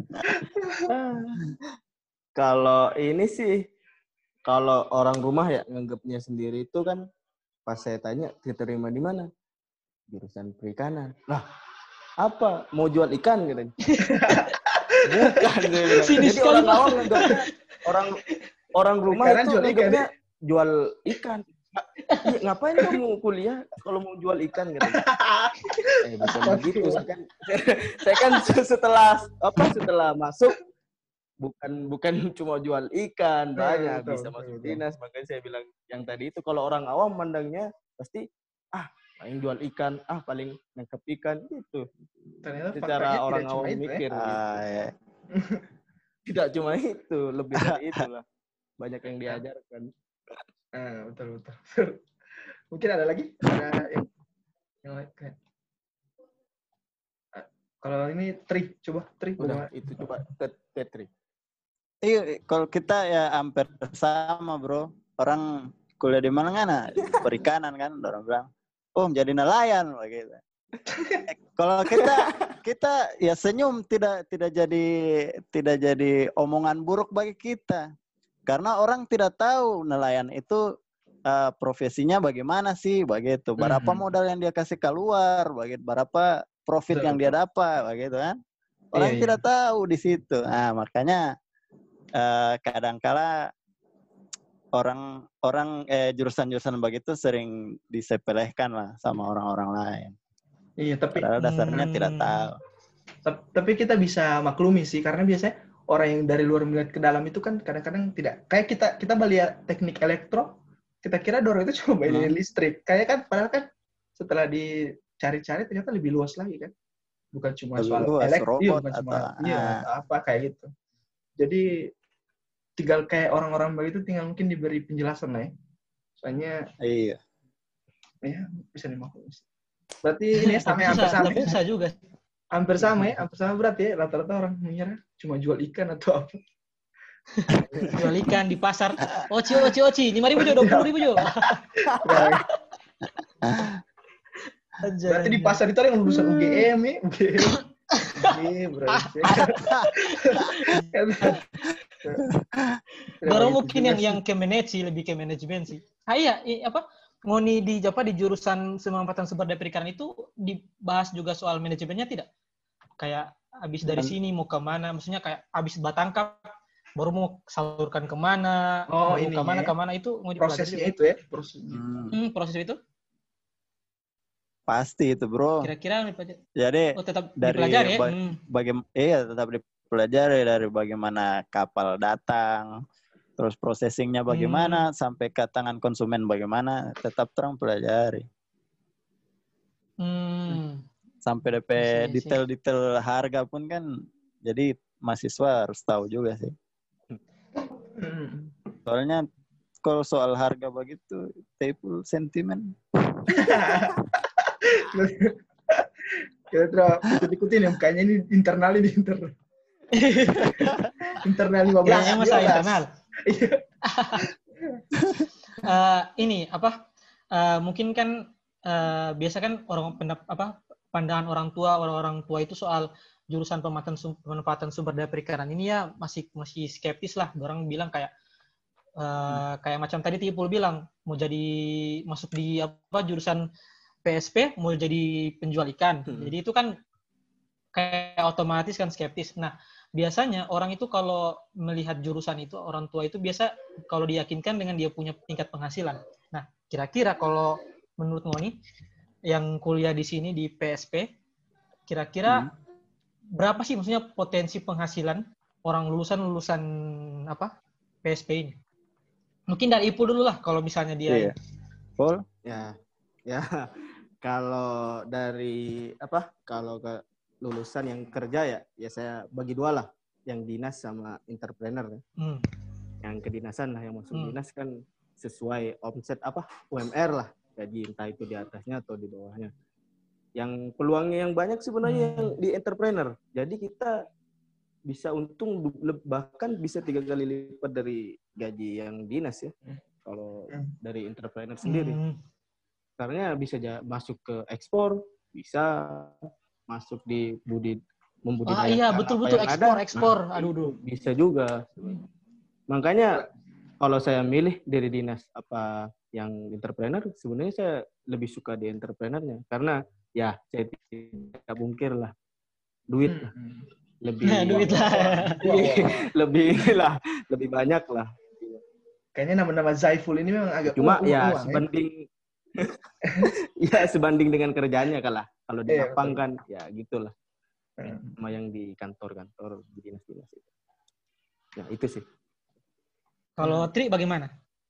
Kalau ini sih, kalau orang rumah ya nganggapnya sendiri itu kan, pas saya tanya diterima di mana? Jurusan perikanan. Lah, apa? Mau jual ikan katanya. Bukan, saya bilang. Sinis Jadi sekali, orang Pak. awam nganggapnya orang orang rumah Perikanan itu jual ikan, nganggapnya jual ikan. Iya, ngapain kamu kuliah kalau mau jual ikan katanya. Eh bukan begitu, saya kan saya kan setelah apa setelah masuk bukan bukan cuma jual ikan, banyak Betul, bisa betul, masuk betul. dinas. Makanya saya bilang yang tadi itu kalau orang awam mandangnya pasti ah paling jual ikan, ah paling nangkep ikan gitu. Ternyata faktanya Secara tidak orang cuma awam itu, ya. mikir gitu. Ah, ya. Tidak cuma itu, lebih dari itu lah. Banyak yang diajarkan. Nah, betul, betul. Mungkin ada lagi? Ada yang, yang lain kayak. Ah, kalau ini Tri, coba Tri. Udah, bagaimana? itu coba Tet- Tetri. Iya, kalau kita ya hampir sama, bro. Orang kuliah di mana kan? Nah, perikanan kan, orang bilang. Oh, jadi nelayan begitu. Eh, Kalau kita kita ya senyum, tidak tidak jadi tidak jadi omongan buruk bagi kita. Karena orang tidak tahu nelayan itu uh, profesinya bagaimana sih, begitu. Berapa Mhm. modal yang dia kasih keluar, begitu. Berapa profit Betul, yang dia betul. dapat, begitu kan? Orang Iya, iya. tidak tahu di situ. Nah, makanya uh, kadangkala orang orang eh, jurusan-jurusan begitu sering disepelekan lah sama orang-orang lain. Iya, tapi Padahal dasarnya Hmm. tidak tahu. tap- tapi kita bisa maklumi sih, karena biasanya orang yang dari luar melihat ke dalam itu kan kadang-kadang tidak. Kayak kita kita melihat teknik elektro, kita kira dorong itu cuma bagian Hmm. listrik. Kayak kan padahal kan setelah dicari-cari ternyata lebih luas lagi kan. Bukan cuma Lebih soal luas, elektrik, robot bukan cuma atau- iya ah. atau apa kayak gitu. Jadi tinggal kayak orang-orang begitu tinggal mungkin diberi penjelasan lah ya. Soalnya Iya. ya bisa dimaklumi. Berarti ini ya, sama tapi ya, hampir susah, sama tapi ya. susah juga. Hampir sama ya, hampir sama berarti ya. Rata-rata orang mengira cuma jual ikan atau apa. Jual ikan di pasar. Oci, oci, oci. lima ribu jo, dua puluh ribu jo. Berarti di pasar itu ada yang lulusan U G M ya, U G M. Iya, berarti. Baru mungkin yang yang ke manage sih, lebih ke manajemen sih. Ah iya, i- apa ngoni di apa di jurusan pemanfaatan sumber daya perikanan itu dibahas juga soal manajemennya tidak? Kayak habis dari Dan- sini mau kemana? Maksudnya kayak habis batangkap baru mau salurkan kemana? Oh, baru ininya kemana ya. kemana itu mau dipelajari Prosesnya juga. itu ya, prosesnya. Hmm, Hmm, proses itu pasti itu, bro. kira-kira dipelajari. Jadi Oh, tetap dari dipelajari ya. ba- Hmm. Bagaimana iya tetap dipelajari dari bagaimana kapal datang, terus processingnya bagaimana sampai ke tangan konsumen bagaimana, tetap terang pelajari. Hmm. Sampai D P I see, I see. detail-detail harga pun kan jadi mahasiswa harus tahu juga sih. Hmm. Soalnya kalau soal harga begitu tipe sentimen. Kita terus ikut-ikutin ya, kayaknya ini internal ini internal. Internal lima belas. Kayaknya masa internal. Iya. Eh, ini apa? eh, mungkin kan eh, biasa kan orang pendap, apa pandangan orang tua orang-orang tua itu soal jurusan pemanfaatan sum- pemanfaatan sumber daya perikanan ini ya masih masih skeptis lah. Orang bilang kayak eh, kayak macam tadi Tipul bilang mau jadi masuk di apa jurusan P S P mau jadi penjual ikan. Hmm. Jadi itu kan kayak otomatis kan skeptis. Nah, biasanya orang itu kalau melihat jurusan itu, orang tua itu biasa kalau diyakinkan dengan dia punya tingkat penghasilan. Nah, kira-kira kalau menurut Ngoni, yang kuliah di sini di P S P, kira-kira berapa sih maksudnya potensi penghasilan orang lulusan-lulusan apa P S P ini? Mungkin dari Ipul dulu lah, kalau misalnya dia. Iya. Full? Ya, ya. Kalau dari apa? Kalau ke lulusan yang kerja ya, ya saya bagi dua lah, yang dinas sama entrepreneur. Ya. Hmm. Yang kedinasan lah, yang masuk Hmm. dinas kan sesuai omset apa U M R lah. gaji entah itu di atasnya atau di bawahnya. Yang peluangnya yang banyak sebenarnya yang di entrepreneur. Jadi kita bisa untung bahkan bisa tiga kali lipat dari gaji yang dinas ya. Kalau dari entrepreneur sendiri. Hmm. Karena bisa masuk ke ekspor, bisa masuk di budi membudidayakan. Ah iya betul-betul ekspor ada, ekspor. Nah, aduh duh. Bisa juga. Makanya kalau saya milih dari dinas apa yang entrepreneur, sebenarnya saya lebih suka di entrepreneurnya karena ya saya tidak bungkir lah duit lah. Lebih nah, duit lah. lebih, lebih lah, lebih banyak lah. Kayaknya nama-nama Zaiful ini memang agak cuma uang, ya uang, sebanding ya sebanding dengan kerjanya kalah. Kalau di iya, lapang betul. kan ya gitulah. Hmm. Sama yang di kantor-kantor di dinas-dinas itu. Nah, itu sih. Kalau Tri bagaimana?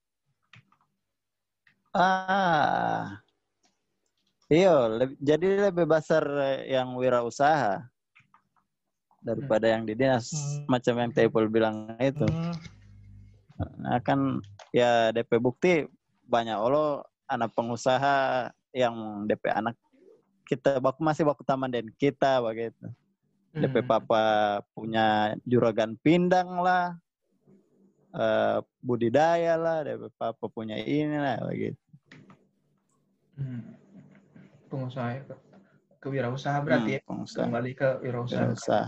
Ah. Iya, lebih, jadi lebih besar yang wirausaha daripada hmm. yang di dinas hmm. macam yang Teipul bilang itu. Hmm. Nah, kan ya D P bukti banyak olo anak pengusaha yang D P anak kita baku masih baku taman dan kita begitu. Hmm. D P papa punya juragan pindang lah. Uh, budidaya lah, D P papa punya ini lah begitu. Hmm. Pengusaha ke kewirausaha berarti hmm, ya. Pengusaha. Kembali ke wirausaha. Wirausaha.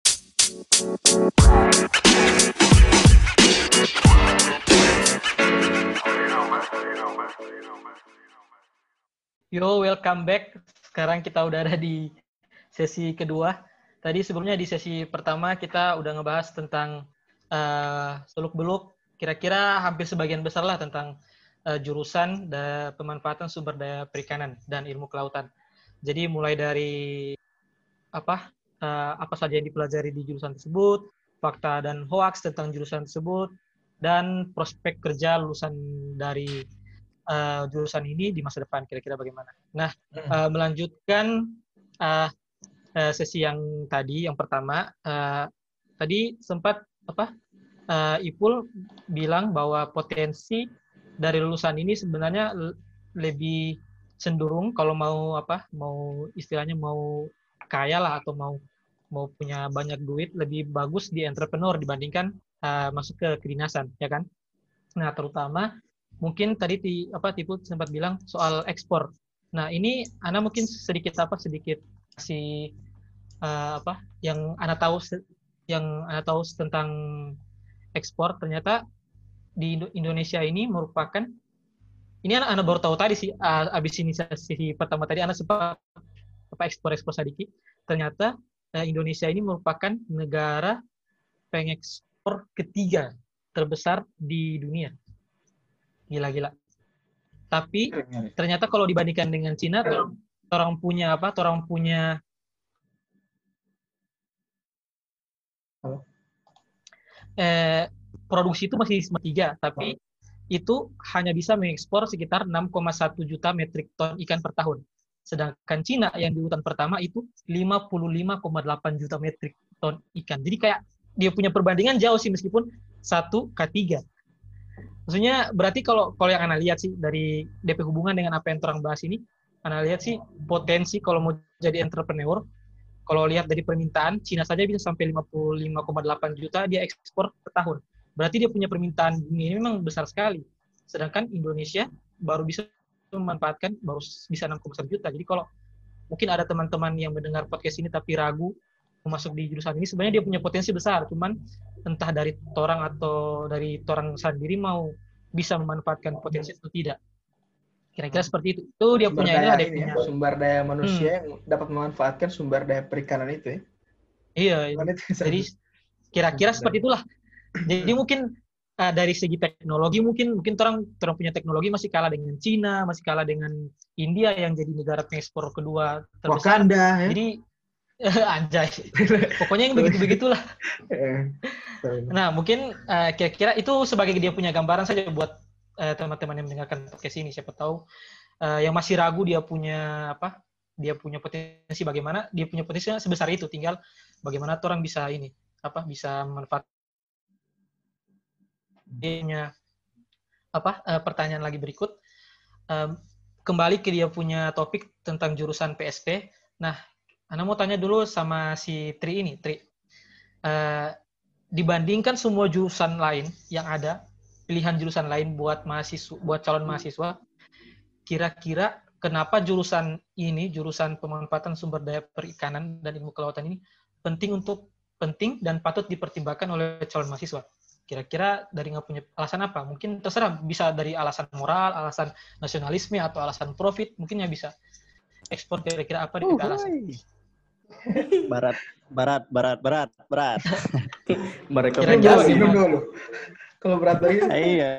Yo, welcome back. Sekarang kita udah ada di sesi kedua. Tadi sebelumnya di sesi pertama kita udah ngebahas tentang uh, seluk-beluk, kira-kira hampir sebagian besar lah tentang uh, jurusan dan pemanfaatan sumber daya perikanan dan ilmu kelautan. Jadi mulai dari apa uh, apa saja yang dipelajari di jurusan tersebut, fakta dan hoaks tentang jurusan tersebut, dan prospek kerja lulusan dari uh, jurusan ini di masa depan kira-kira bagaimana. Nah, uh, melanjutkan uh, uh, sesi yang tadi, yang pertama, uh, tadi sempat apa? Uh, Ipul bilang bahwa potensi dari lulusan ini sebenarnya lebih cenderung kalau mau apa? Mau istilahnya mau kaya lah atau mau mau punya banyak duit lebih bagus di entrepreneur dibandingkan uh, masuk ke kedinasan, ya kan? Nah, terutama mungkin tadi ti, apa Tipu sempat bilang soal ekspor. Nah, ini Ana mungkin sedikit apa sedikit si uh, apa yang Ana tahu yang Ana tahu tentang ekspor, ternyata di Indonesia ini merupakan ini Ana, Ana baru tahu tadi sih uh, abis inisiasi pertama tadi Ana sempat apa ekspor-ekspor sedikit. Ternyata uh, Indonesia ini merupakan negara pengekspor ketiga terbesar di dunia. Gila-gila. Tapi ternyata kalau dibandingkan dengan Cina, orang punya apa? Orang punya eh, produksi itu masih tiga, tapi itu hanya bisa mengekspor sekitar enam koma satu juta metrik ton ikan per tahun. Sedangkan Cina yang di urutan pertama itu lima puluh lima koma delapan juta metrik ton ikan. Jadi kayak dia punya perbandingan jauh sih meskipun satu K tiga. Maksudnya berarti kalau kalau yang Anda lihat sih dari D P hubungan dengan apa yang orang bahas ini, Anda lihat sih potensi kalau mau jadi entrepreneur, kalau lihat dari permintaan, Cina saja bisa sampai lima puluh lima koma delapan juta dia ekspor per tahun. Berarti dia punya permintaan dunia ini memang besar sekali. Sedangkan Indonesia baru bisa memanfaatkan baru bisa enam koma satu juta. Jadi kalau mungkin ada teman-teman yang mendengar podcast ini tapi ragu masuk di jurusan ini, sebenarnya dia punya potensi besar, cuman entah dari torang atau dari torang sendiri mau bisa memanfaatkan potensi itu tidak. Kira-kira seperti itu. Itu dia sumber punya daya ini, ini punya ya, sumber daya manusia hmm. yang dapat memanfaatkan sumber daya perikanan itu ya. Iya, jadi kira-kira seperti itulah. Jadi mungkin uh, dari segi teknologi mungkin mungkin orang orang punya teknologi masih kalah dengan Cina, masih kalah dengan India yang jadi negara pengekspor kedua terbesar. Wakanda, ya? Jadi anjay. Pokoknya yang begitu-begitulah. Nah, mungkin uh, kira-kira itu sebagai dia punya gambaran saja buat uh, teman-teman yang mendengarkan podcast ini. Siapa tahu uh, yang masih ragu dia punya apa? Dia punya potensi bagaimana? Dia punya potensi sebesar itu. Tinggal bagaimana orang bisa ini apa? Bisa memanfaatkan. Dia punya apa? Uh, pertanyaan lagi berikut. Um, kembali ke dia punya topik tentang jurusan P S P. Nah, Ana mau tanya dulu sama si Tri ini, Tri. Uh, dibandingkan semua jurusan lain yang ada, pilihan jurusan lain buat mahasiswa, buat calon mahasiswa, kira-kira kenapa jurusan ini, jurusan pemanfaatan sumber daya perikanan dan ilmu kelautan ini penting untuk penting dan patut dipertimbangkan oleh calon mahasiswa? Kira-kira dari nggak punya alasan apa? Mungkin terserah, bisa dari alasan moral, alasan nasionalisme, atau alasan profit, mungkin ya bisa. Ekspor kira-kira apa di Uh, alasan? Barat, barat, barat, berat, berat. Mereka Kira-kira Dulu, gimana? dulu, dulu. Kalau berat lagi. Iya.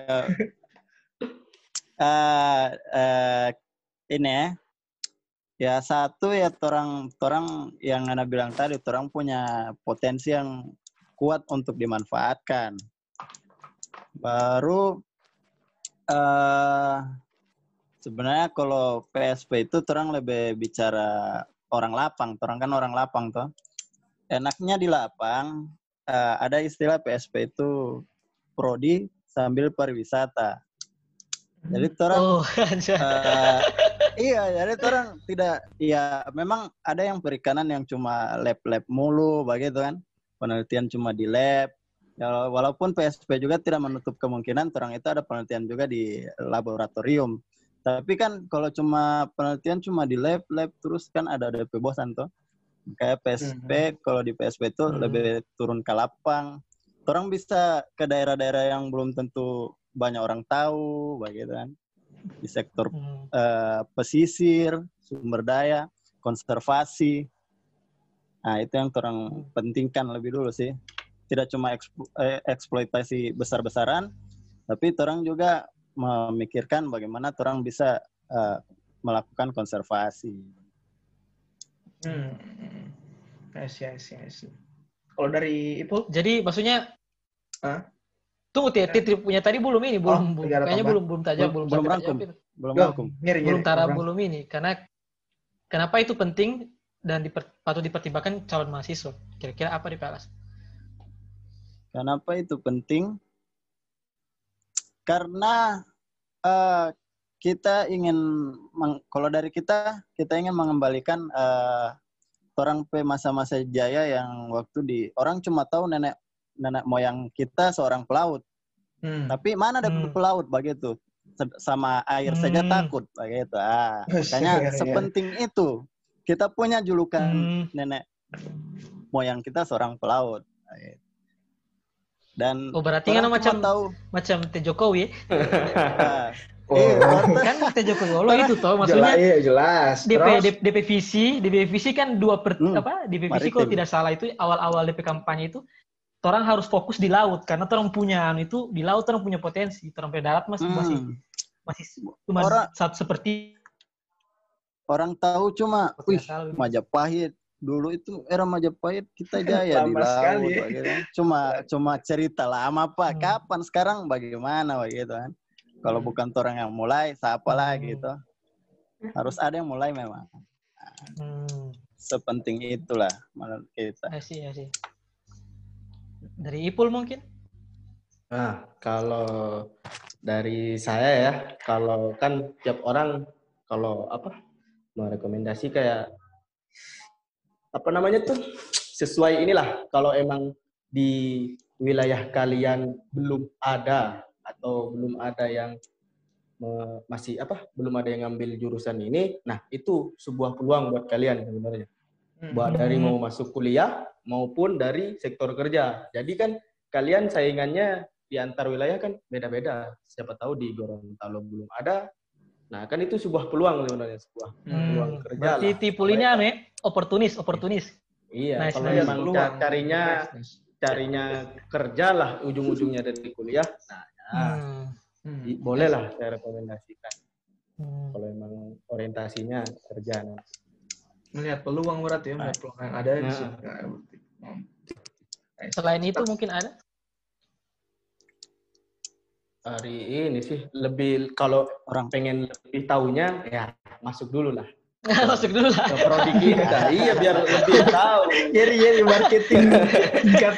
Uh, uh, ini ya. Ya satu ya orang orang yang Ana bilang tadi, orang punya potensi yang kuat untuk dimanfaatkan. Baru uh, sebenarnya kalau P S P itu orang lebih bicara orang lapang, orang kan orang lapang toh. Enaknya di lapang uh, ada istilah P S P itu prodi sambil pariwisata. Jadi orang Oh, uh, iya, jadi orang tidak, ya memang ada yang perikanan yang cuma lab-lab mulu begitu kan. Penelitian cuma di lab. Ya, walaupun P S P juga tidak menutup kemungkinan orang itu ada penelitian juga di laboratorium. Tapi kan kalau cuma penelitian cuma di lab, lab terus kan ada D P bosan tuh. Kayak P S P, mm-hmm. Kalau di P S P itu mm-hmm. lebih turun ke lapang. Orang bisa ke daerah-daerah yang belum tentu banyak orang tahu, begitu kan. Di sektor mm-hmm. uh, pesisir, sumber daya, konservasi. Nah, itu yang orang pentingkan lebih dulu sih. Tidak cuma ekspo, eh, eksploitasi besar-besaran, tapi orang juga memikirkan bagaimana orang bisa uh, melakukan konservasi. Hmm, I see, I see, I see. Kalau dari Ipul? Jadi maksudnya, huh? tunggu Titri punya tadi belum ini, belum, oh, belum kayaknya belum belum tajam, belum belum rangkum, belum rangkum, belum tara belum ini. Karena kenapa itu penting dan diper, patut dipertimbangkan calon mahasiswa? Kira-kira apa di P L S? Kenapa itu penting? Karena uh, kita ingin, meng, kalau dari kita, kita ingin mengembalikan uh, orang pe masa-masa jaya yang waktu di, orang cuma tahu nenek nenek moyang kita seorang pelaut. Hmm. Tapi mana ada hmm. pelaut begitu? Sama air hmm. saja takut begitu. Ah, makanya sepenting itu. Kita punya julukan hmm. nenek moyang kita seorang pelaut. Begitu. Dan oh berarti kan macam tahu macam Teh Jokowi. Nah, oh. Eh, kan Teh Jokowi Allah itu toh maksudnya jelas, iya, jelas. D P D P, D P visi, D P visi kan dua per, hmm, apa? D P visi kalau tidak salah itu awal-awal D P kampanye itu orang harus fokus di laut karena orang punya itu di laut orang punya potensi, orang di darat masih hmm. masih masih cuma orang, saat seperti orang tahu cuma wih Majapahit. Dulu itu era Majapahit kita jaya di laut, ya. cuma cuma cerita lama apa, hmm. kapan sekarang bagaimana begitu kan? Kalau bukan orang yang mulai, siapa hmm. lagi itu? Harus ada yang mulai memang. Nah, hmm. Sepenting itulah menurut kita. Asih, asih. Dari Ipul mungkin? Nah, kalau dari saya ya, kalau kan tiap orang kalau apa merekomendasi kayak apa namanya tuh sesuai inilah, kalau emang di wilayah kalian belum ada atau belum ada yang me, masih apa belum ada yang ngambil jurusan ini, nah itu sebuah peluang buat kalian sebenarnya, hmm. buat dari mau masuk kuliah maupun dari sektor kerja. Jadi kan kalian saingannya di antar wilayah kan beda-beda, siapa tahu di Gorontalo belum ada. Nah, kan itu sebuah peluang sebenarnya, sebuah hmm. peluang kerja. Berarti tipulinya ane oportunis, oportunis. Iya, nice, kalau nice. memang carinya carinya kerja lah ujung-ujungnya dari kuliah. Nah, ya, hmm. Hmm. bolehlah saya rekomendasikan. Hmm. Kalau memang orientasinya kerja. Nah. Melihat peluang berarti ya, melihat peluang yang ada di sini. Selain itu mungkin ada? Hari ini sih lebih kalau orang pengen lebih tahunya ya masuk dulu lah. Masuk dulu lah. Ke prodi kita. Iya biar lebih tahu. Jadi jadi marketing tingkat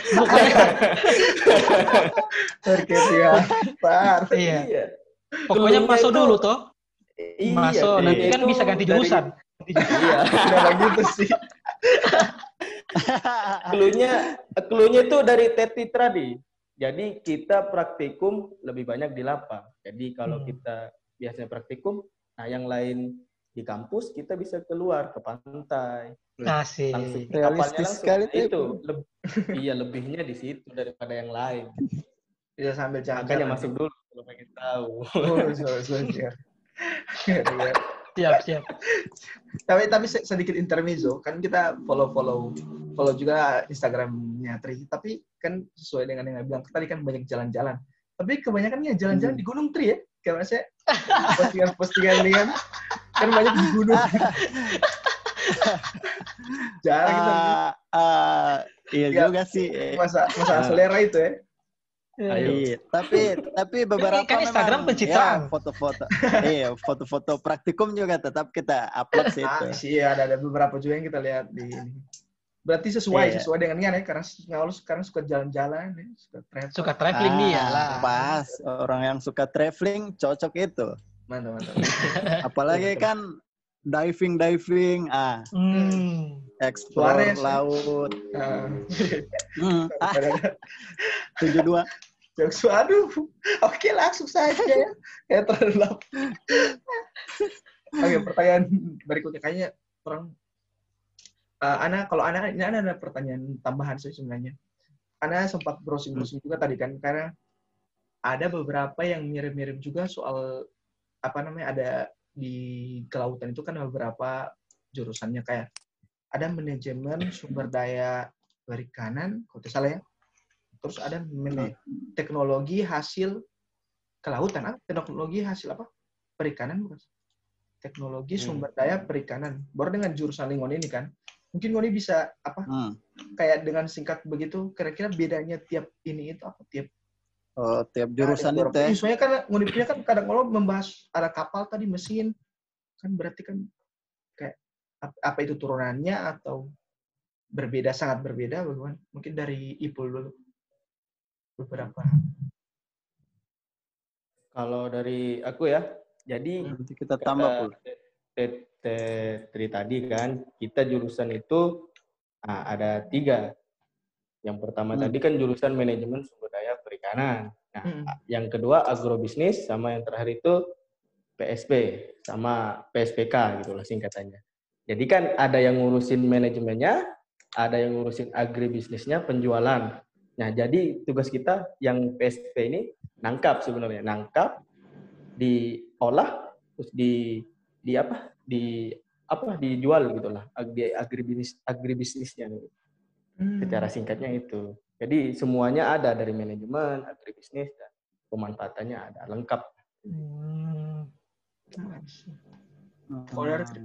marketing apa? Iya. Pokoknya masuk dulu toh. Iya, Masuk, Tri. nanti kan Itu bisa ganti dari- jurusan. Iya. Kenapa gitu sih? Cluenya, cluenya itu dari Tetitra di. Jadi kita praktikum lebih banyak di lapang. Jadi kalau Hmm. kita biasanya praktikum, nah yang lain di kampus kita bisa keluar ke pantai. Langsung Asik. kapalnya Realistis langsung. sekali Nah, tuh. itu leb- iya lebihnya di situ daripada yang lain. Bisa sambil Makanya jalan-jalan. masuk dulu kalau pengen tahu. Oh, so, so, siap. Iya. Siap, siap. Tapi tapi se- sedikit intermezzo, kan kita follow follow follow juga Instagramnya Tri. Tapi kan sesuai dengan yang bilang tadi kan banyak jalan-jalan. Tapi kebanyakan ya jalan-jalan di Gunung Tri ya. Kayak saya postingan-postingan ini kan kan banyak di gunung. Jarang kita Ah, ah, iya Ya, juga sih. Eh, masa masa selera itu ya. Ayo. Iya, tapi tapi beberapa kan Instagram memang, pencitraan. ya, foto-foto. Iya, foto-foto praktikum juga tetap kita upload sih itu. Ah, sih ada ada beberapa juga yang kita lihat di ini. Berarti sesuai Iya. sesuai dengan ya karena Ngaul sekarang suka jalan-jalan ya, suka travel. Suka traveling nih ya lah. Pas orang yang suka traveling cocok itu. Mantap mantap. Apalagi kan diving diving, ah, Hmm. explore Suarez, ya. laut. Ah, Hmm, ah, ada- tujuh dua. Jokes, aduh, oke langsung saja ya. Kayak terlalu lama. Oke, pertanyaan berikutnya kayaknya orang. Uh, Ana, kalau Ana, ini Ana ada pertanyaan tambahan sih sebenarnya. Ana sempat browsing-browsing juga tadi kan, karena ada beberapa yang mirip-mirip juga soal apa namanya ada di kelautan itu kan ada beberapa jurusannya kayak ada manajemen sumber daya perikanan, kalau tidak salah ya. Terus ada mana- teknologi hasil kelautan, ah? teknologi hasil apa? Perikanan bukan? Teknologi Hmm. sumber daya perikanan. Baru dengan jurusan Lingon ini kan, mungkin Ngoni bisa apa? Hmm. Kayak dengan singkat begitu, kira-kira bedanya tiap ini itu apa? Tiap Oh, tiap jurusan itu ya. ya. Soalnya kan Ngoni punya kan kadang kalau membahas ada kapal tadi mesin, kan berarti kan kayak ap- apa itu turunannya atau berbeda sangat berbeda bagaimana? Mungkin dari Ipul dulu. Beberapa. Kalau dari aku ya, jadi Nanti kita tambah pul. Tri tadi kan, kita jurusan itu ah, ada tiga. Yang pertama Hmm. tadi kan jurusan manajemen sumber daya perikanan. Nah, Hmm. yang kedua agrobisnis, sama yang terakhir itu P S P, sama P S P K gitu lah singkatannya. Jadi kan ada yang ngurusin manajemennya, ada yang ngurusin agribisnisnya, penjualan. Nah, jadi tugas kita yang P S P ini nangkap sebenarnya, nangkap, diolah, terus di di apa? Di apa? Dijual gitulah, di agribisnis agribisnisnya. Hmm. Secara singkatnya itu. Jadi semuanya ada dari manajemen, agribisnis, dan pemanfaatannya ada lengkap. Hmm. Kalau dari Tri,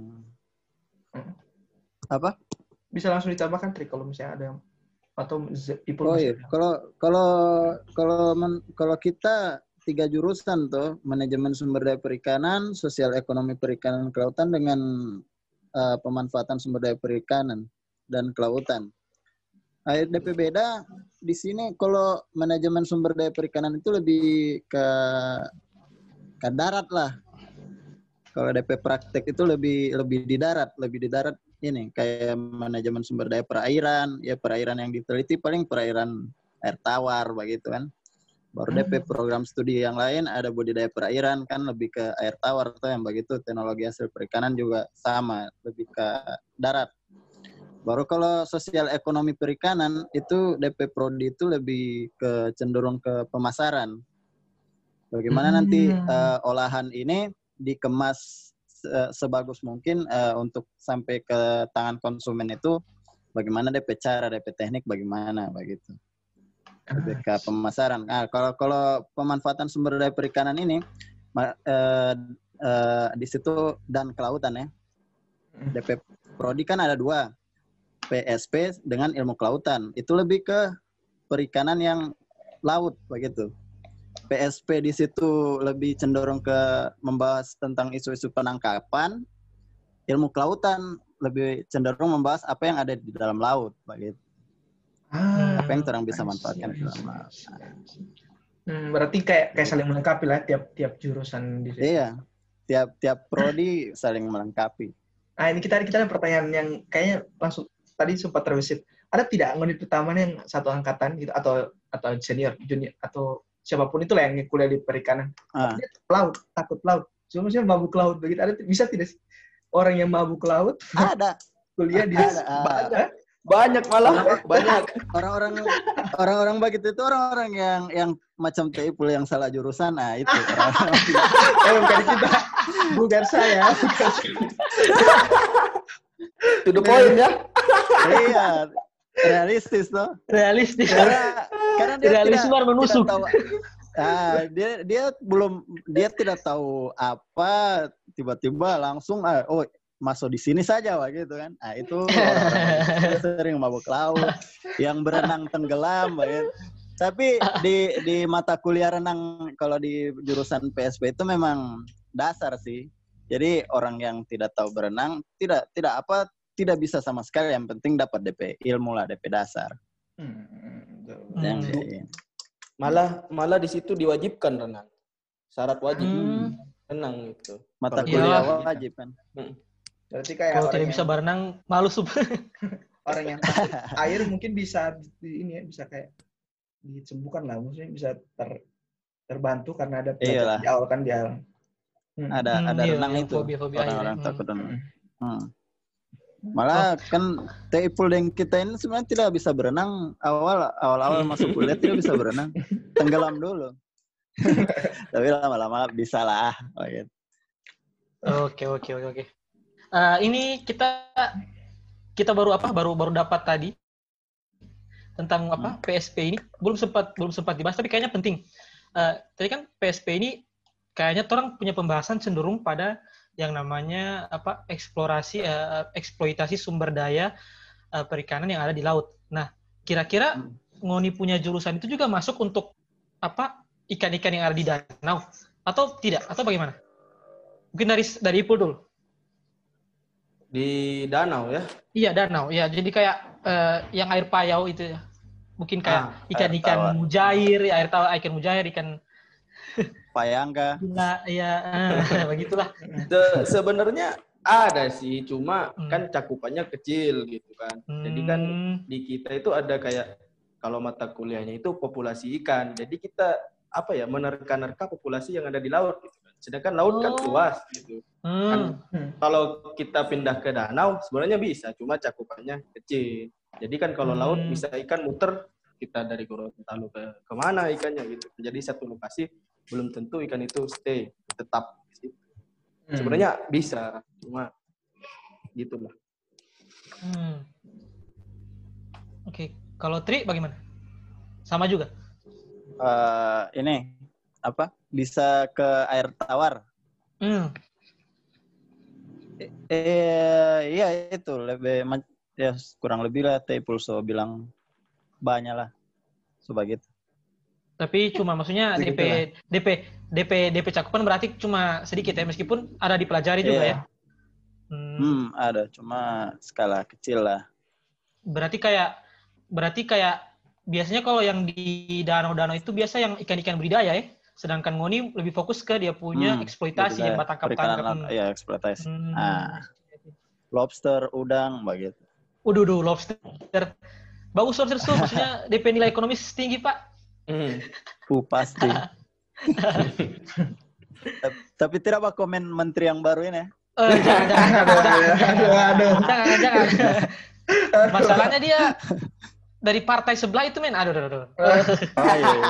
Apa? bisa langsung ditambahkan Tri kalau misalnya ada atau Z- Ipul Oh masih iya, ada. kalau kalau kalau men- kalau kita tiga jurusan tuh, manajemen sumber daya perikanan, sosial ekonomi perikanan kelautan dengan uh, pemanfaatan sumber daya perikanan dan kelautan. A R D P beda di sini kalau manajemen sumber daya perikanan itu lebih ke ke darat lah. Kalau D P praktek itu lebih lebih di darat, lebih di darat ini kayak manajemen sumber daya perairan, ya perairan yang diteliti paling perairan air tawar begitu kan. Baru D P program studi yang lain ada budidaya perairan kan lebih ke air tawar tuh yang begitu. Teknologi hasil perikanan juga sama, lebih ke darat. Baru kalau sosial ekonomi perikanan itu D P prodi itu lebih ke cenderung ke pemasaran. Bagaimana Hmm. nanti uh, olahan ini dikemas se- sebagus mungkin uh, untuk sampai ke tangan konsumen itu bagaimana D P cara, D P teknik bagaimana begitu. Lebih ke pemasaran. Nah, kalau kalau pemanfaatan sumber daya perikanan ini ma- uh, uh, di situ dan kelautan ya. D P prodi kan ada dua. P S P dengan ilmu kelautan. Itu lebih ke perikanan yang laut begitu. P S P di situ lebih cenderung ke membahas tentang isu-isu penangkapan. Ilmu kelautan lebih cenderung membahas apa yang ada di dalam laut begitu. Ah, Apa yang orang bisa I see, manfaatkan di I dalam see, laut. I see, I see. Hmm, berarti kayak kayak saling melengkapi lah tiap tiap jurusan di situ. Iya. tiap-tiap prodi saling melengkapi. Nah ini kita kita ada pertanyaan yang kayaknya langsung tadi sempat terbesit. Ada tidak ngonit pertama yang satu angkatan gitu atau atau senior, junior atau siapapun itulah yang kuliah di perikanan. Ah. Dia laut, takut laut. Cuma sih mabuk laut begitu. Ada bisa tidak sih orang yang mabuk laut Ada. kuliah di Ada, ada. banyak Banyak malah, banyak. Orang-orang orang-orang begitu itu orang-orang yang yang macam Teipul yang salah jurusan. Nah, itu orang-orang. eh bukan kita bukan saya bukan saya. To the point ya. Iya, realistis tuh. Realistis. Karena karena dia Realisme tidak, menusuk. tidak tahu. Ah, dia dia belum dia tidak tahu apa, tiba-tiba langsung ah, oh masuk di sini saja wah gitu kan. Ah itu orang-orang sering mabuk laut, yang berenang tenggelam gitu. Tapi di di mata kuliah renang kalau di jurusan P S P itu memang dasar sih. Jadi orang yang tidak tahu berenang tidak tidak apa tidak bisa sama sekali, yang penting dapat D P ilmu lah, D P dasar. Hmm, Yang Hmm. kayak- Malah malah di situ diwajibkan renang. Syarat wajib Hmm. renang itu. mata Kalau kuliah iyalah. wajib kan. berarti kayak Kalau orang tidak yang, bisa berenang, malu sub. orang yang takut air mungkin bisa di, ini ya bisa kayak disembuhkan lah, maksudnya bisa ter, terbantu karena ada pelajaran Iyalah. di awal kan di awal. Hmm. Ada Hmm, ada iya, renang yang itu fobia-fobia air, orang-orang ya. takut renang. Hmm. Hmm. Malah kan Teipul yang kita ini sebenarnya tidak bisa berenang awal awal awal masuk kuliah tidak bisa berenang, tenggelam dulu. Tapi lama-lama bisa lah. Oh, gitu. Oke, oke, oke, oke. Eh, ini kita kita baru apa? Baru baru dapat tadi tentang apa? P S P ini belum sempat belum sempat dibahas, tapi kayaknya penting. Eh, tadi kan P S P ini kayaknya orang punya pembahasan cenderung pada yang namanya apa? Eksplorasi, eh, eksploitasi sumber daya eh, perikanan yang ada di laut. Nah, kira-kira Ngoni punya jurusan itu juga masuk untuk apa? Ikan-ikan yang ada di danau atau tidak? Atau bagaimana? Mungkin dari dari Ipul dulu. Di danau ya. Iya, danau. Ya, jadi kayak eh, yang air payau itu ya. Mungkin kayak Ah, air ikan-ikan tawar. mujair, ya, air tawar, ikan mujair, ikan Payangga. gila, ya eh, begitulah. Se- sebenarnya ada sih, cuma Hmm. kan cakupannya kecil gitu kan. Jadi kan Hmm, di kita itu ada kayak kalau mata kuliahnya itu populasi ikan. Jadi kita apa ya menerka-nerka populasi yang ada di laut gitu kan. Sedangkan laut kan Oh. luas gitu. hmm, Kalau kita pindah ke danau sebenarnya bisa, cuma cakupannya kecil. Jadi kan kalau Hmm. laut bisa ikan muter kita dari Gorontalo ke kemana ikannya gitu. Jadi satu lokasi belum tentu ikan itu stay tetap di situ. Hmm. Sebenarnya bisa, cuma gitulah. hmm. Oke, kalau Tri bagaimana? Sama juga. Eh, ini apa? Bisa ke air tawar. Hmm. Eh, iya itu lebih ma- ya kurang lebih lah Teipul so bilang banyak lah sebagai itu. Tapi cuma maksudnya D P D P D P D P cakupan berarti cuma sedikit ya, meskipun ada dipelajari juga Iya. ya. Hmm. Hmm, ada cuma skala kecil lah. Berarti kayak berarti kayak biasanya kalau yang di danau-danau itu biasa yang ikan-ikan budidaya ya. Sedangkan Ngoni lebih fokus ke dia punya Hmm, eksploitasi budidaya, yang tangkap-tangkap. perikanan laut, ya eksploitasi. Hmm. Ah, lobster, udang, begitu. Udah, udah, lobster. Bagus lobster tuh, maksudnya D P nilai ekonomis tinggi, Pak. Hmm. Uh, pasti. Tapi- Tapi tidak apa komen menteri yang baru ini. Eh, jangan, jangan, Aduh, jangan, aduh, aduh. jangan, jangan. Masalahnya dia dari partai sebelah itu, men. Aduh, aduh, aduh. Oh, iya, iya.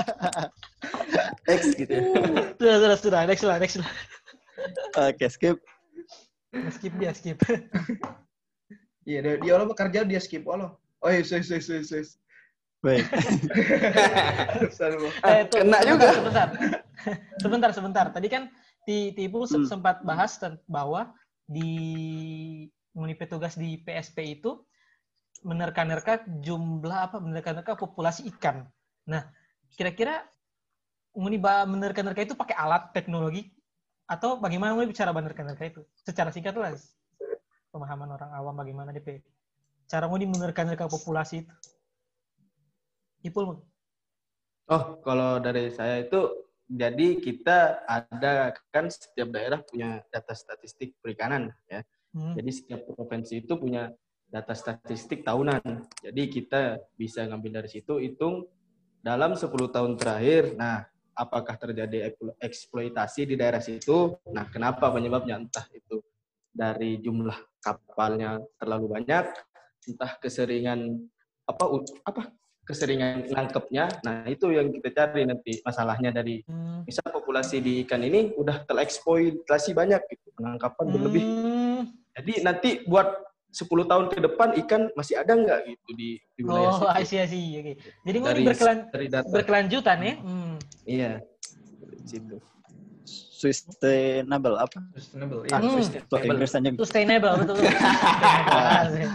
X gitu ya. Sudah, sudah, sudah. Next lah, next lah. Oke, skip. Skip dia, skip. Iya, dia, dia Allah bekerja dia skip Allah. Oh, iya, yes, yes, yes, yes. Baik. Salah. Eh, tuh, Kena sebentar, juga. Sebentar, sebentar, sebentar. Tadi kan Ti Tipu se- Hmm. sempat bahas ten- bahwa di Unipe tugas di P S P itu menerka-nerka jumlah apa? Menerka-nerka populasi ikan. Nah, kira-kira Nguni ba- menerka-nerka itu pakai alat teknologi atau bagaimana Nguni bicara menerka-nerka itu? Secara singkat lah, pemahaman orang awam bagaimana D P. Cara Nguni menerka-nerka populasi itu. Ipul, Mun. Oh, kalau dari saya itu Jadi kita ada kan setiap daerah punya data statistik perikanan ya. Hmm. Jadi setiap provinsi itu punya data statistik tahunan. Jadi kita bisa ngambil dari situ, hitung dalam sepuluh tahun terakhir. Nah, apakah terjadi eksploitasi di daerah situ? Nah, kenapa penyebabnya? Entah itu dari jumlah kapalnya terlalu banyak, entah keseringan apa apa keseringan nangkepnya. Nah, itu yang kita cari nanti masalahnya dari Hmm. misal populasi di ikan ini udah tereksploitasi banyak gitu, penangkapan berlebih. Hmm. Jadi nanti buat sepuluh tahun ke depan ikan masih ada nggak gitu di, di wilayah Oh, I situ. see, I see. Oke. Jadi Dari, ini berkelan dari data. berkelanjutan ya. Hmm. Iya. Situ. Sustainable apa? Sustainable. Ah, Iya. Hmm. sustainable. Inggris anjing. Sustainable, betul. Sustainable.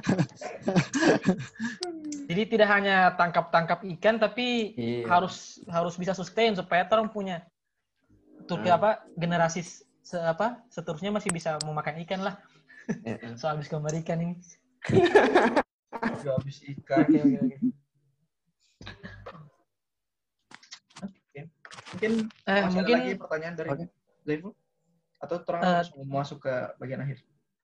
Jadi tidak hanya tangkap-tangkap ikan, tapi Iya. harus harus bisa sustain supaya orang punya untuk Nah. apa generasi se, apa seterusnya masih bisa memakan ikan lah. Iya. Soal habis gambar ikan ini. Udah habis ikan. Oke, oke, oke. Oke. Mungkin Eh, masih mungkin ada lagi pertanyaan dari Oke. Zaiful? Atau terang Eh, langsung masuk ke bagian akhir?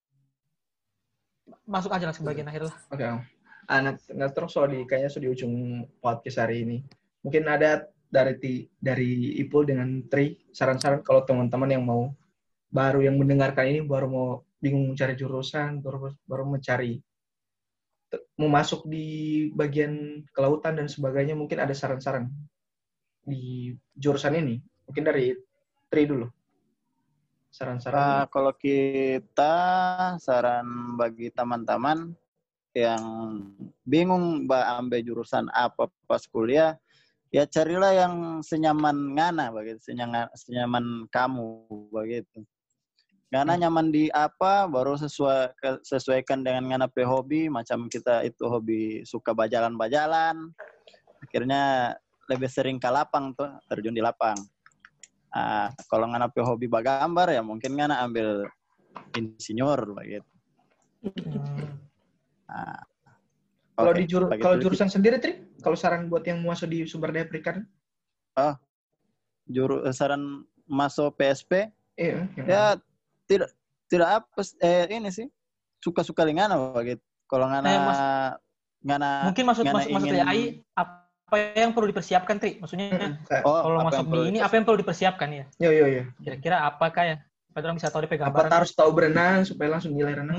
masuk aja lah ke bagian akhir lah. Oke. Ah, nah, nah, terus soal di kayaknya sudah di ujung podcast hari ini. Mungkin ada dari ti, dari Ipul dengan Tri saran-saran kalau teman-teman yang mau baru yang mendengarkan ini baru mau bingung mencari jurusan, baru baru mencari mau masuk di bagian kelautan dan sebagainya, mungkin ada saran-saran di jurusan ini. Mungkin dari Tri dulu. Saran-saran. Nah, kalau kita saran bagi teman-teman yang bingung mbak ambil jurusan apa pas kuliah, ya carilah yang senyaman ngana begitu, senyaman, senyaman kamu begitu. Ngana nyaman di apa, baru sesuai sesuaikan dengan ngana pe hobi. Macam kita itu hobi suka bajalan-bajalan, akhirnya lebih sering ke lapang tuh, terjun di lapang. Nah, kalau ngana pe hobi bagambar ya mungkin ngana ambil insinyur begitu. Hmm. Nah, Kalau oke, di juru, begitu kalau dikit. jurusan sendiri, Tri, kalau saran buat yang mau masuk di sumber daya perikanan? Juru saran masuk P S P Iya. yang ya tidak tidak apa eh ini sih suka-suka ngana begitu. Kalau ngana Eh, mas- ngana Mungkin maksud ngana maksud maksud ingin- T A I apa yang perlu dipersiapkan, Tri? Maksudnya mana? oh, kalau apa masuk yang perlu di ini apa yang perlu dipersiapkan ya? Yo yo yo. Kira-kira apa kayak? Supaya orang bisa tahu di Apa gambaran. harus tahu berenang supaya langsung nilai renang?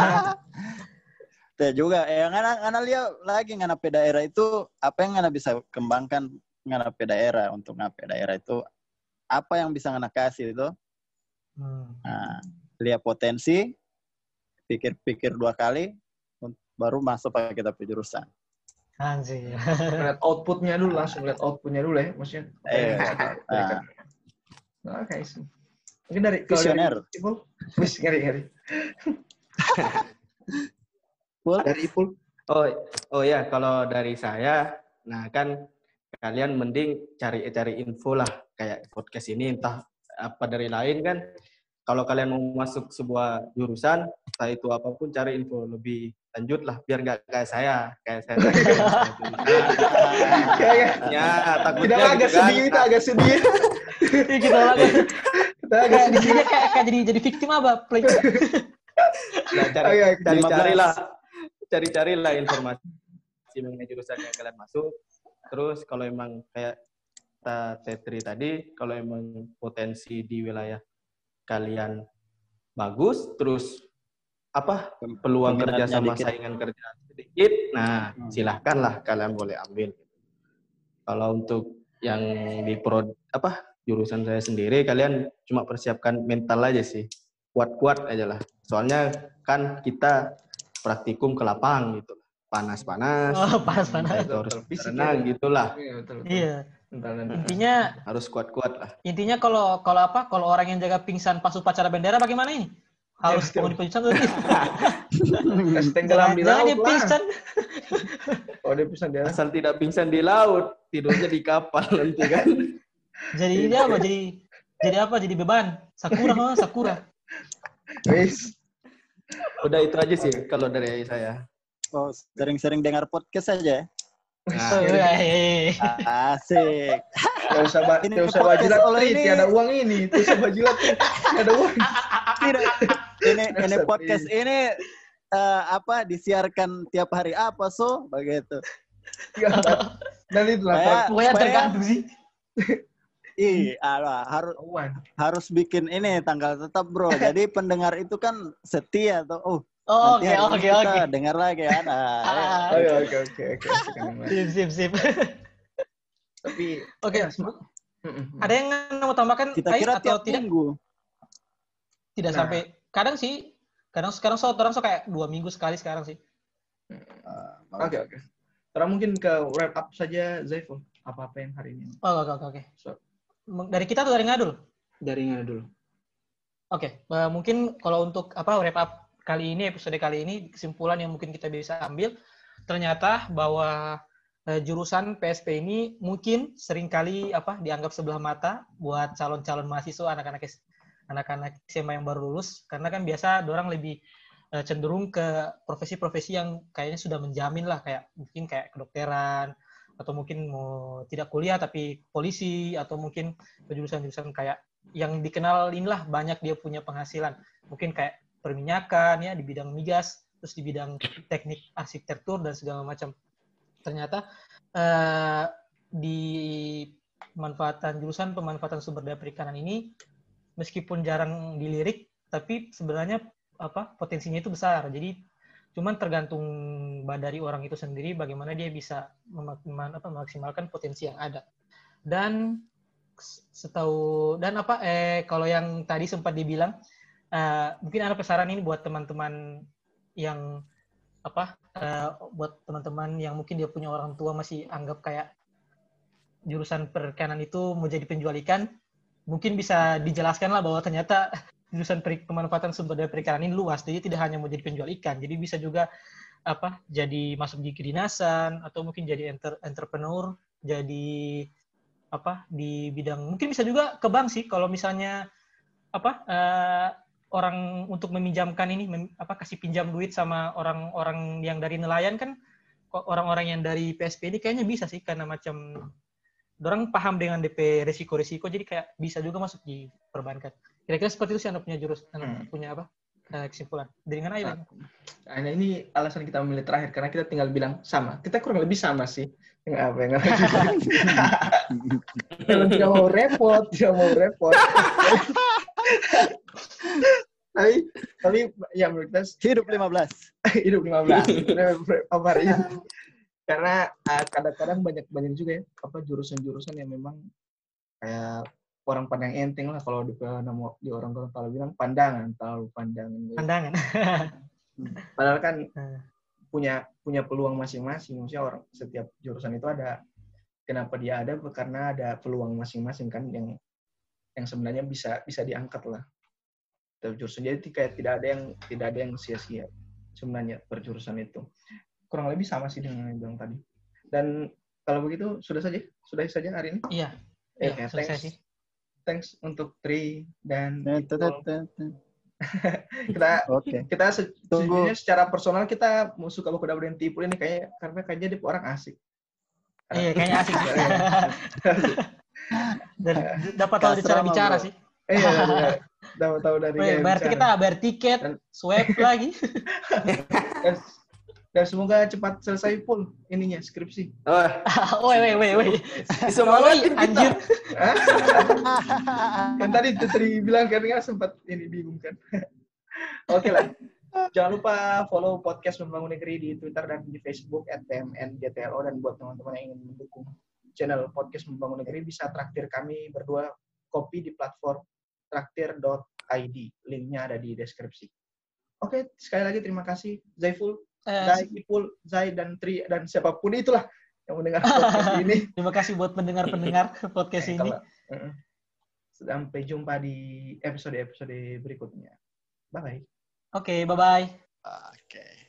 Ya juga, ya ngana ngana lihat lagi ngana pe daerah itu apa yang ngana bisa kembangkan ngana pe daerah untuk ngana pe daerah itu apa yang bisa ngana kasih itu. Hmm. Nah, lihat potensi, pikir-pikir dua kali, baru masuk pakai kita pe jurusan. Anjir. Lihat outputnya dulu, langsung lihat outputnya dulu ya, maksudnya. apa yang Eh, bisa diberikan. Nah, oke sih. Mungkin dari kalau Visioner. dari Ipul, wis ngeri ngeri. Pul? Dari Ipul, Oh, oh ya, kalau dari saya, nah kan kalian mending cari cari info lah kayak podcast ini, entah apa dari lain kan. Kalau kalian mau masuk sebuah jurusan, entah itu apapun, cari info lebih lanjut lah, biar nggak kayak saya, kayak saya tadi. kayak Ya, takutnya kita agak gitu kan. sedih, kita agak sedih. Iya, kita lagi. Kita agak Kayak di sedih. sini kayak, kayak jadi jadi victim apa? Play. Nah, cari, Oh, iya, cari lima belas. carilah, cari carilah informasi mengenai jurusan yang kalian masuk. Terus kalau emang kayak kata Tetri tadi, kalau emang potensi di wilayah kalian bagus, terus apa peluang kerja Peminatnya sama dikit. saingan kerja sedikit, nah Hmm. silahkanlah kalian boleh ambil. Kalau untuk yang di pro apa jurusan saya sendiri, kalian cuma persiapkan mental aja sih, kuat-kuat aja lah. Soalnya kan kita praktikum ke lapang gitu, panas-panas, Oh, panas-panas. itu harus Betul, fisik renang ya. gitulah, Iya, betul. betul. Iya. Bentar, bentar. Intinya harus kuat-kuat lah. intinya kalau kalau apa? Kalau orang yang jaga pingsan pas upacara bendera bagaimana ini? Harus Iya, betul. penghuni pingsan berarti. Tes tenggelam di Jangan laut dia lah. pingsan. Kalau dia pingsan di laut. Asal tidak pingsan di laut, tidurnya di kapal nanti kan. Jadi dia apa? Jadi jadi apa? Jadi beban. Sakura, oh, Sakura. Wis. Udah itu aja sih kalau dari saya. Oh, sering-sering dengar podcast aja ya. Nah, Oh, iya, iya, iya. Asik. Tidak usah ba- Ini tidak usah podcast bajilat oleh Tri, ini. tiada uang ini. Tidak usah bajilat Tri, tiada uang. Tidak. Ini Tidak ini usah, podcast Tri. ini eh, apa disiarkan tiap hari apa so begitu. Ya, dan, dan itulah Supaya- kalau Pokoknya supaya- tergantung sih. Ih, alah, harus uang. harus bikin ini tanggal tetap bro. Jadi pendengar itu kan setia tuh. Oh, Oh, nanti oke, hari ini oke, kita oke. dengar lagi ya. Nah, Ah. Oke oke oke oke. Sip, sip, sip. Tapi Oke, ya, sem- Mm-mm. ada yang mau tambahkan, kita Ais, kira atau tiap tidak? minggu. Tidak Nah. sampai. Kadang sih, kadang sekarang so, orang so kayak dua minggu sekali sekarang sih. Oke oke. Sekarang mungkin ke wrap up saja Zaiful. Apa-apa yang hari ini? Oh, oke, oke, oke. So, Dari kita atau dari Ngadul? dari mana dulu? Oke, eh, mungkin kalau untuk apa wrap up kali ini, episode kali ini, kesimpulan yang mungkin kita bisa ambil, ternyata bahwa eh, jurusan P S P ini mungkin seringkali apa dianggap sebelah mata buat calon-calon mahasiswa, anak-anak S- anak-anak S M A yang baru lulus, karena kan biasa dorang lebih eh, cenderung ke profesi-profesi yang kayaknya sudah menjamin lah, kayak mungkin kayak kedokteran, atau mungkin mau tidak kuliah tapi polisi, atau mungkin jurusan-jurusan kayak yang dikenal inilah banyak dia punya penghasilan, mungkin kayak perminyakan ya di bidang migas, terus di bidang teknik arsitektur dan segala macam. Ternyata eh, di pemanfaatan jurusan pemanfaatan sumber daya perikanan ini meskipun jarang dilirik, tapi sebenarnya apa potensinya itu besar. Jadi cuman tergantung dari orang itu sendiri bagaimana dia bisa memak- apa, memaksimalkan potensi yang ada. Dan setahu dan apa eh kalau yang tadi sempat dibilang uh, mungkin ada pesanan ini buat teman-teman yang apa uh, buat teman-teman yang mungkin dia punya orang tua masih anggap kayak jurusan perikanan itu mau jadi penjual ikan, mungkin bisa dijelaskan lah bahwa ternyata jurusan per- pemanfaatan sumber daya perikanan ini luas, jadi tidak hanya mau jadi penjual ikan, jadi bisa juga apa jadi masuk di kedinasan atau mungkin jadi enter- entrepreneur, jadi apa di bidang mungkin bisa juga ke bank sih kalau misalnya apa uh, orang untuk meminjamkan ini mem, apa kasih pinjam duit sama orang-orang yang dari nelayan kan orang-orang yang dari P S P ini kayaknya bisa sih karena macam orang paham dengan D P resiko-resiko jadi kayak bisa juga masuk di perbankan. Kira-kira seperti itu sih Anda punya jurus Anda Hmm. punya apa uh, kesimpulan dengan ayo Nah, ini alasan kita memilih terakhir karena kita tinggal bilang sama. Kita kurang lebih sama sih. Dengan apa yang kalau tidak mau repot, tidak mau repot. tapi tapi ya menurut kita Hidup lima belas. hidup lima belas. Apa hari ini? Karena uh, kadang-kadang banyak banyak juga ya apa jurusan-jurusan yang memang kayak orang pandang enteng lah kalau di nama di orang kalau bilang pandangan, terlalu pandangan. pandangan. Padahal kan punya punya peluang masing-masing. Maksudnya orang setiap jurusan itu ada kenapa dia ada karena ada peluang masing-masing kan yang yang sebenarnya bisa bisa diangkat lah. Jurusan jadi kayak tidak ada yang tidak ada yang sia-sia sebenarnya perjurusan itu. Kurang lebih sama sih dengan yang bilang tadi. Dan kalau begitu sudah saja sudah saja hari ini. Iya. Eh, Iya, okay, selesai thanks. sih. Thanks untuk Tri dan Nah, Ipul. tuh, tuh, tuh. kita Oke. kita se- Tunggu. sejujurnya secara personal kita mau suka baku dapat dengan Ipul ini kayak karena kayaknya dia orang asik. Iya, kayaknya asik sih. Dan dapat tahu Kasra, bicara-bicara bro. sih. Eh, iya, iya. Tahu tahu dari Weh, gaya berarti bicara. kita bayar tiket, Dan- swab lagi. dan, dan semoga cepat selesai full ininya skripsi. Oh, Woi, woi, woi, woi. semangatin kita. Anjir. Hah? Kan tadi Tri bilang kan nggak sempat ini bingung kan. Oke lah. Jangan lupa follow podcast Membangun Negeri di Twitter dan di Facebook at p m n g t l o, dan buat teman-teman yang ingin mendukung channel podcast Membangun Negeri bisa traktir kami berdua kopi di platform traktir dot i d. Linknya ada di deskripsi. Oke, sekali lagi terima kasih Zaiful, Eh, Zai, Ipul, Zai, dan Tri, dan siapapun itulah yang mendengar podcast ini. Terima kasih buat pendengar-pendengar podcast Eh, ini. kalau- uh-uh. Sampai jumpa di episode-episode berikutnya. Bye-bye. Oke, bye-bye. Oke.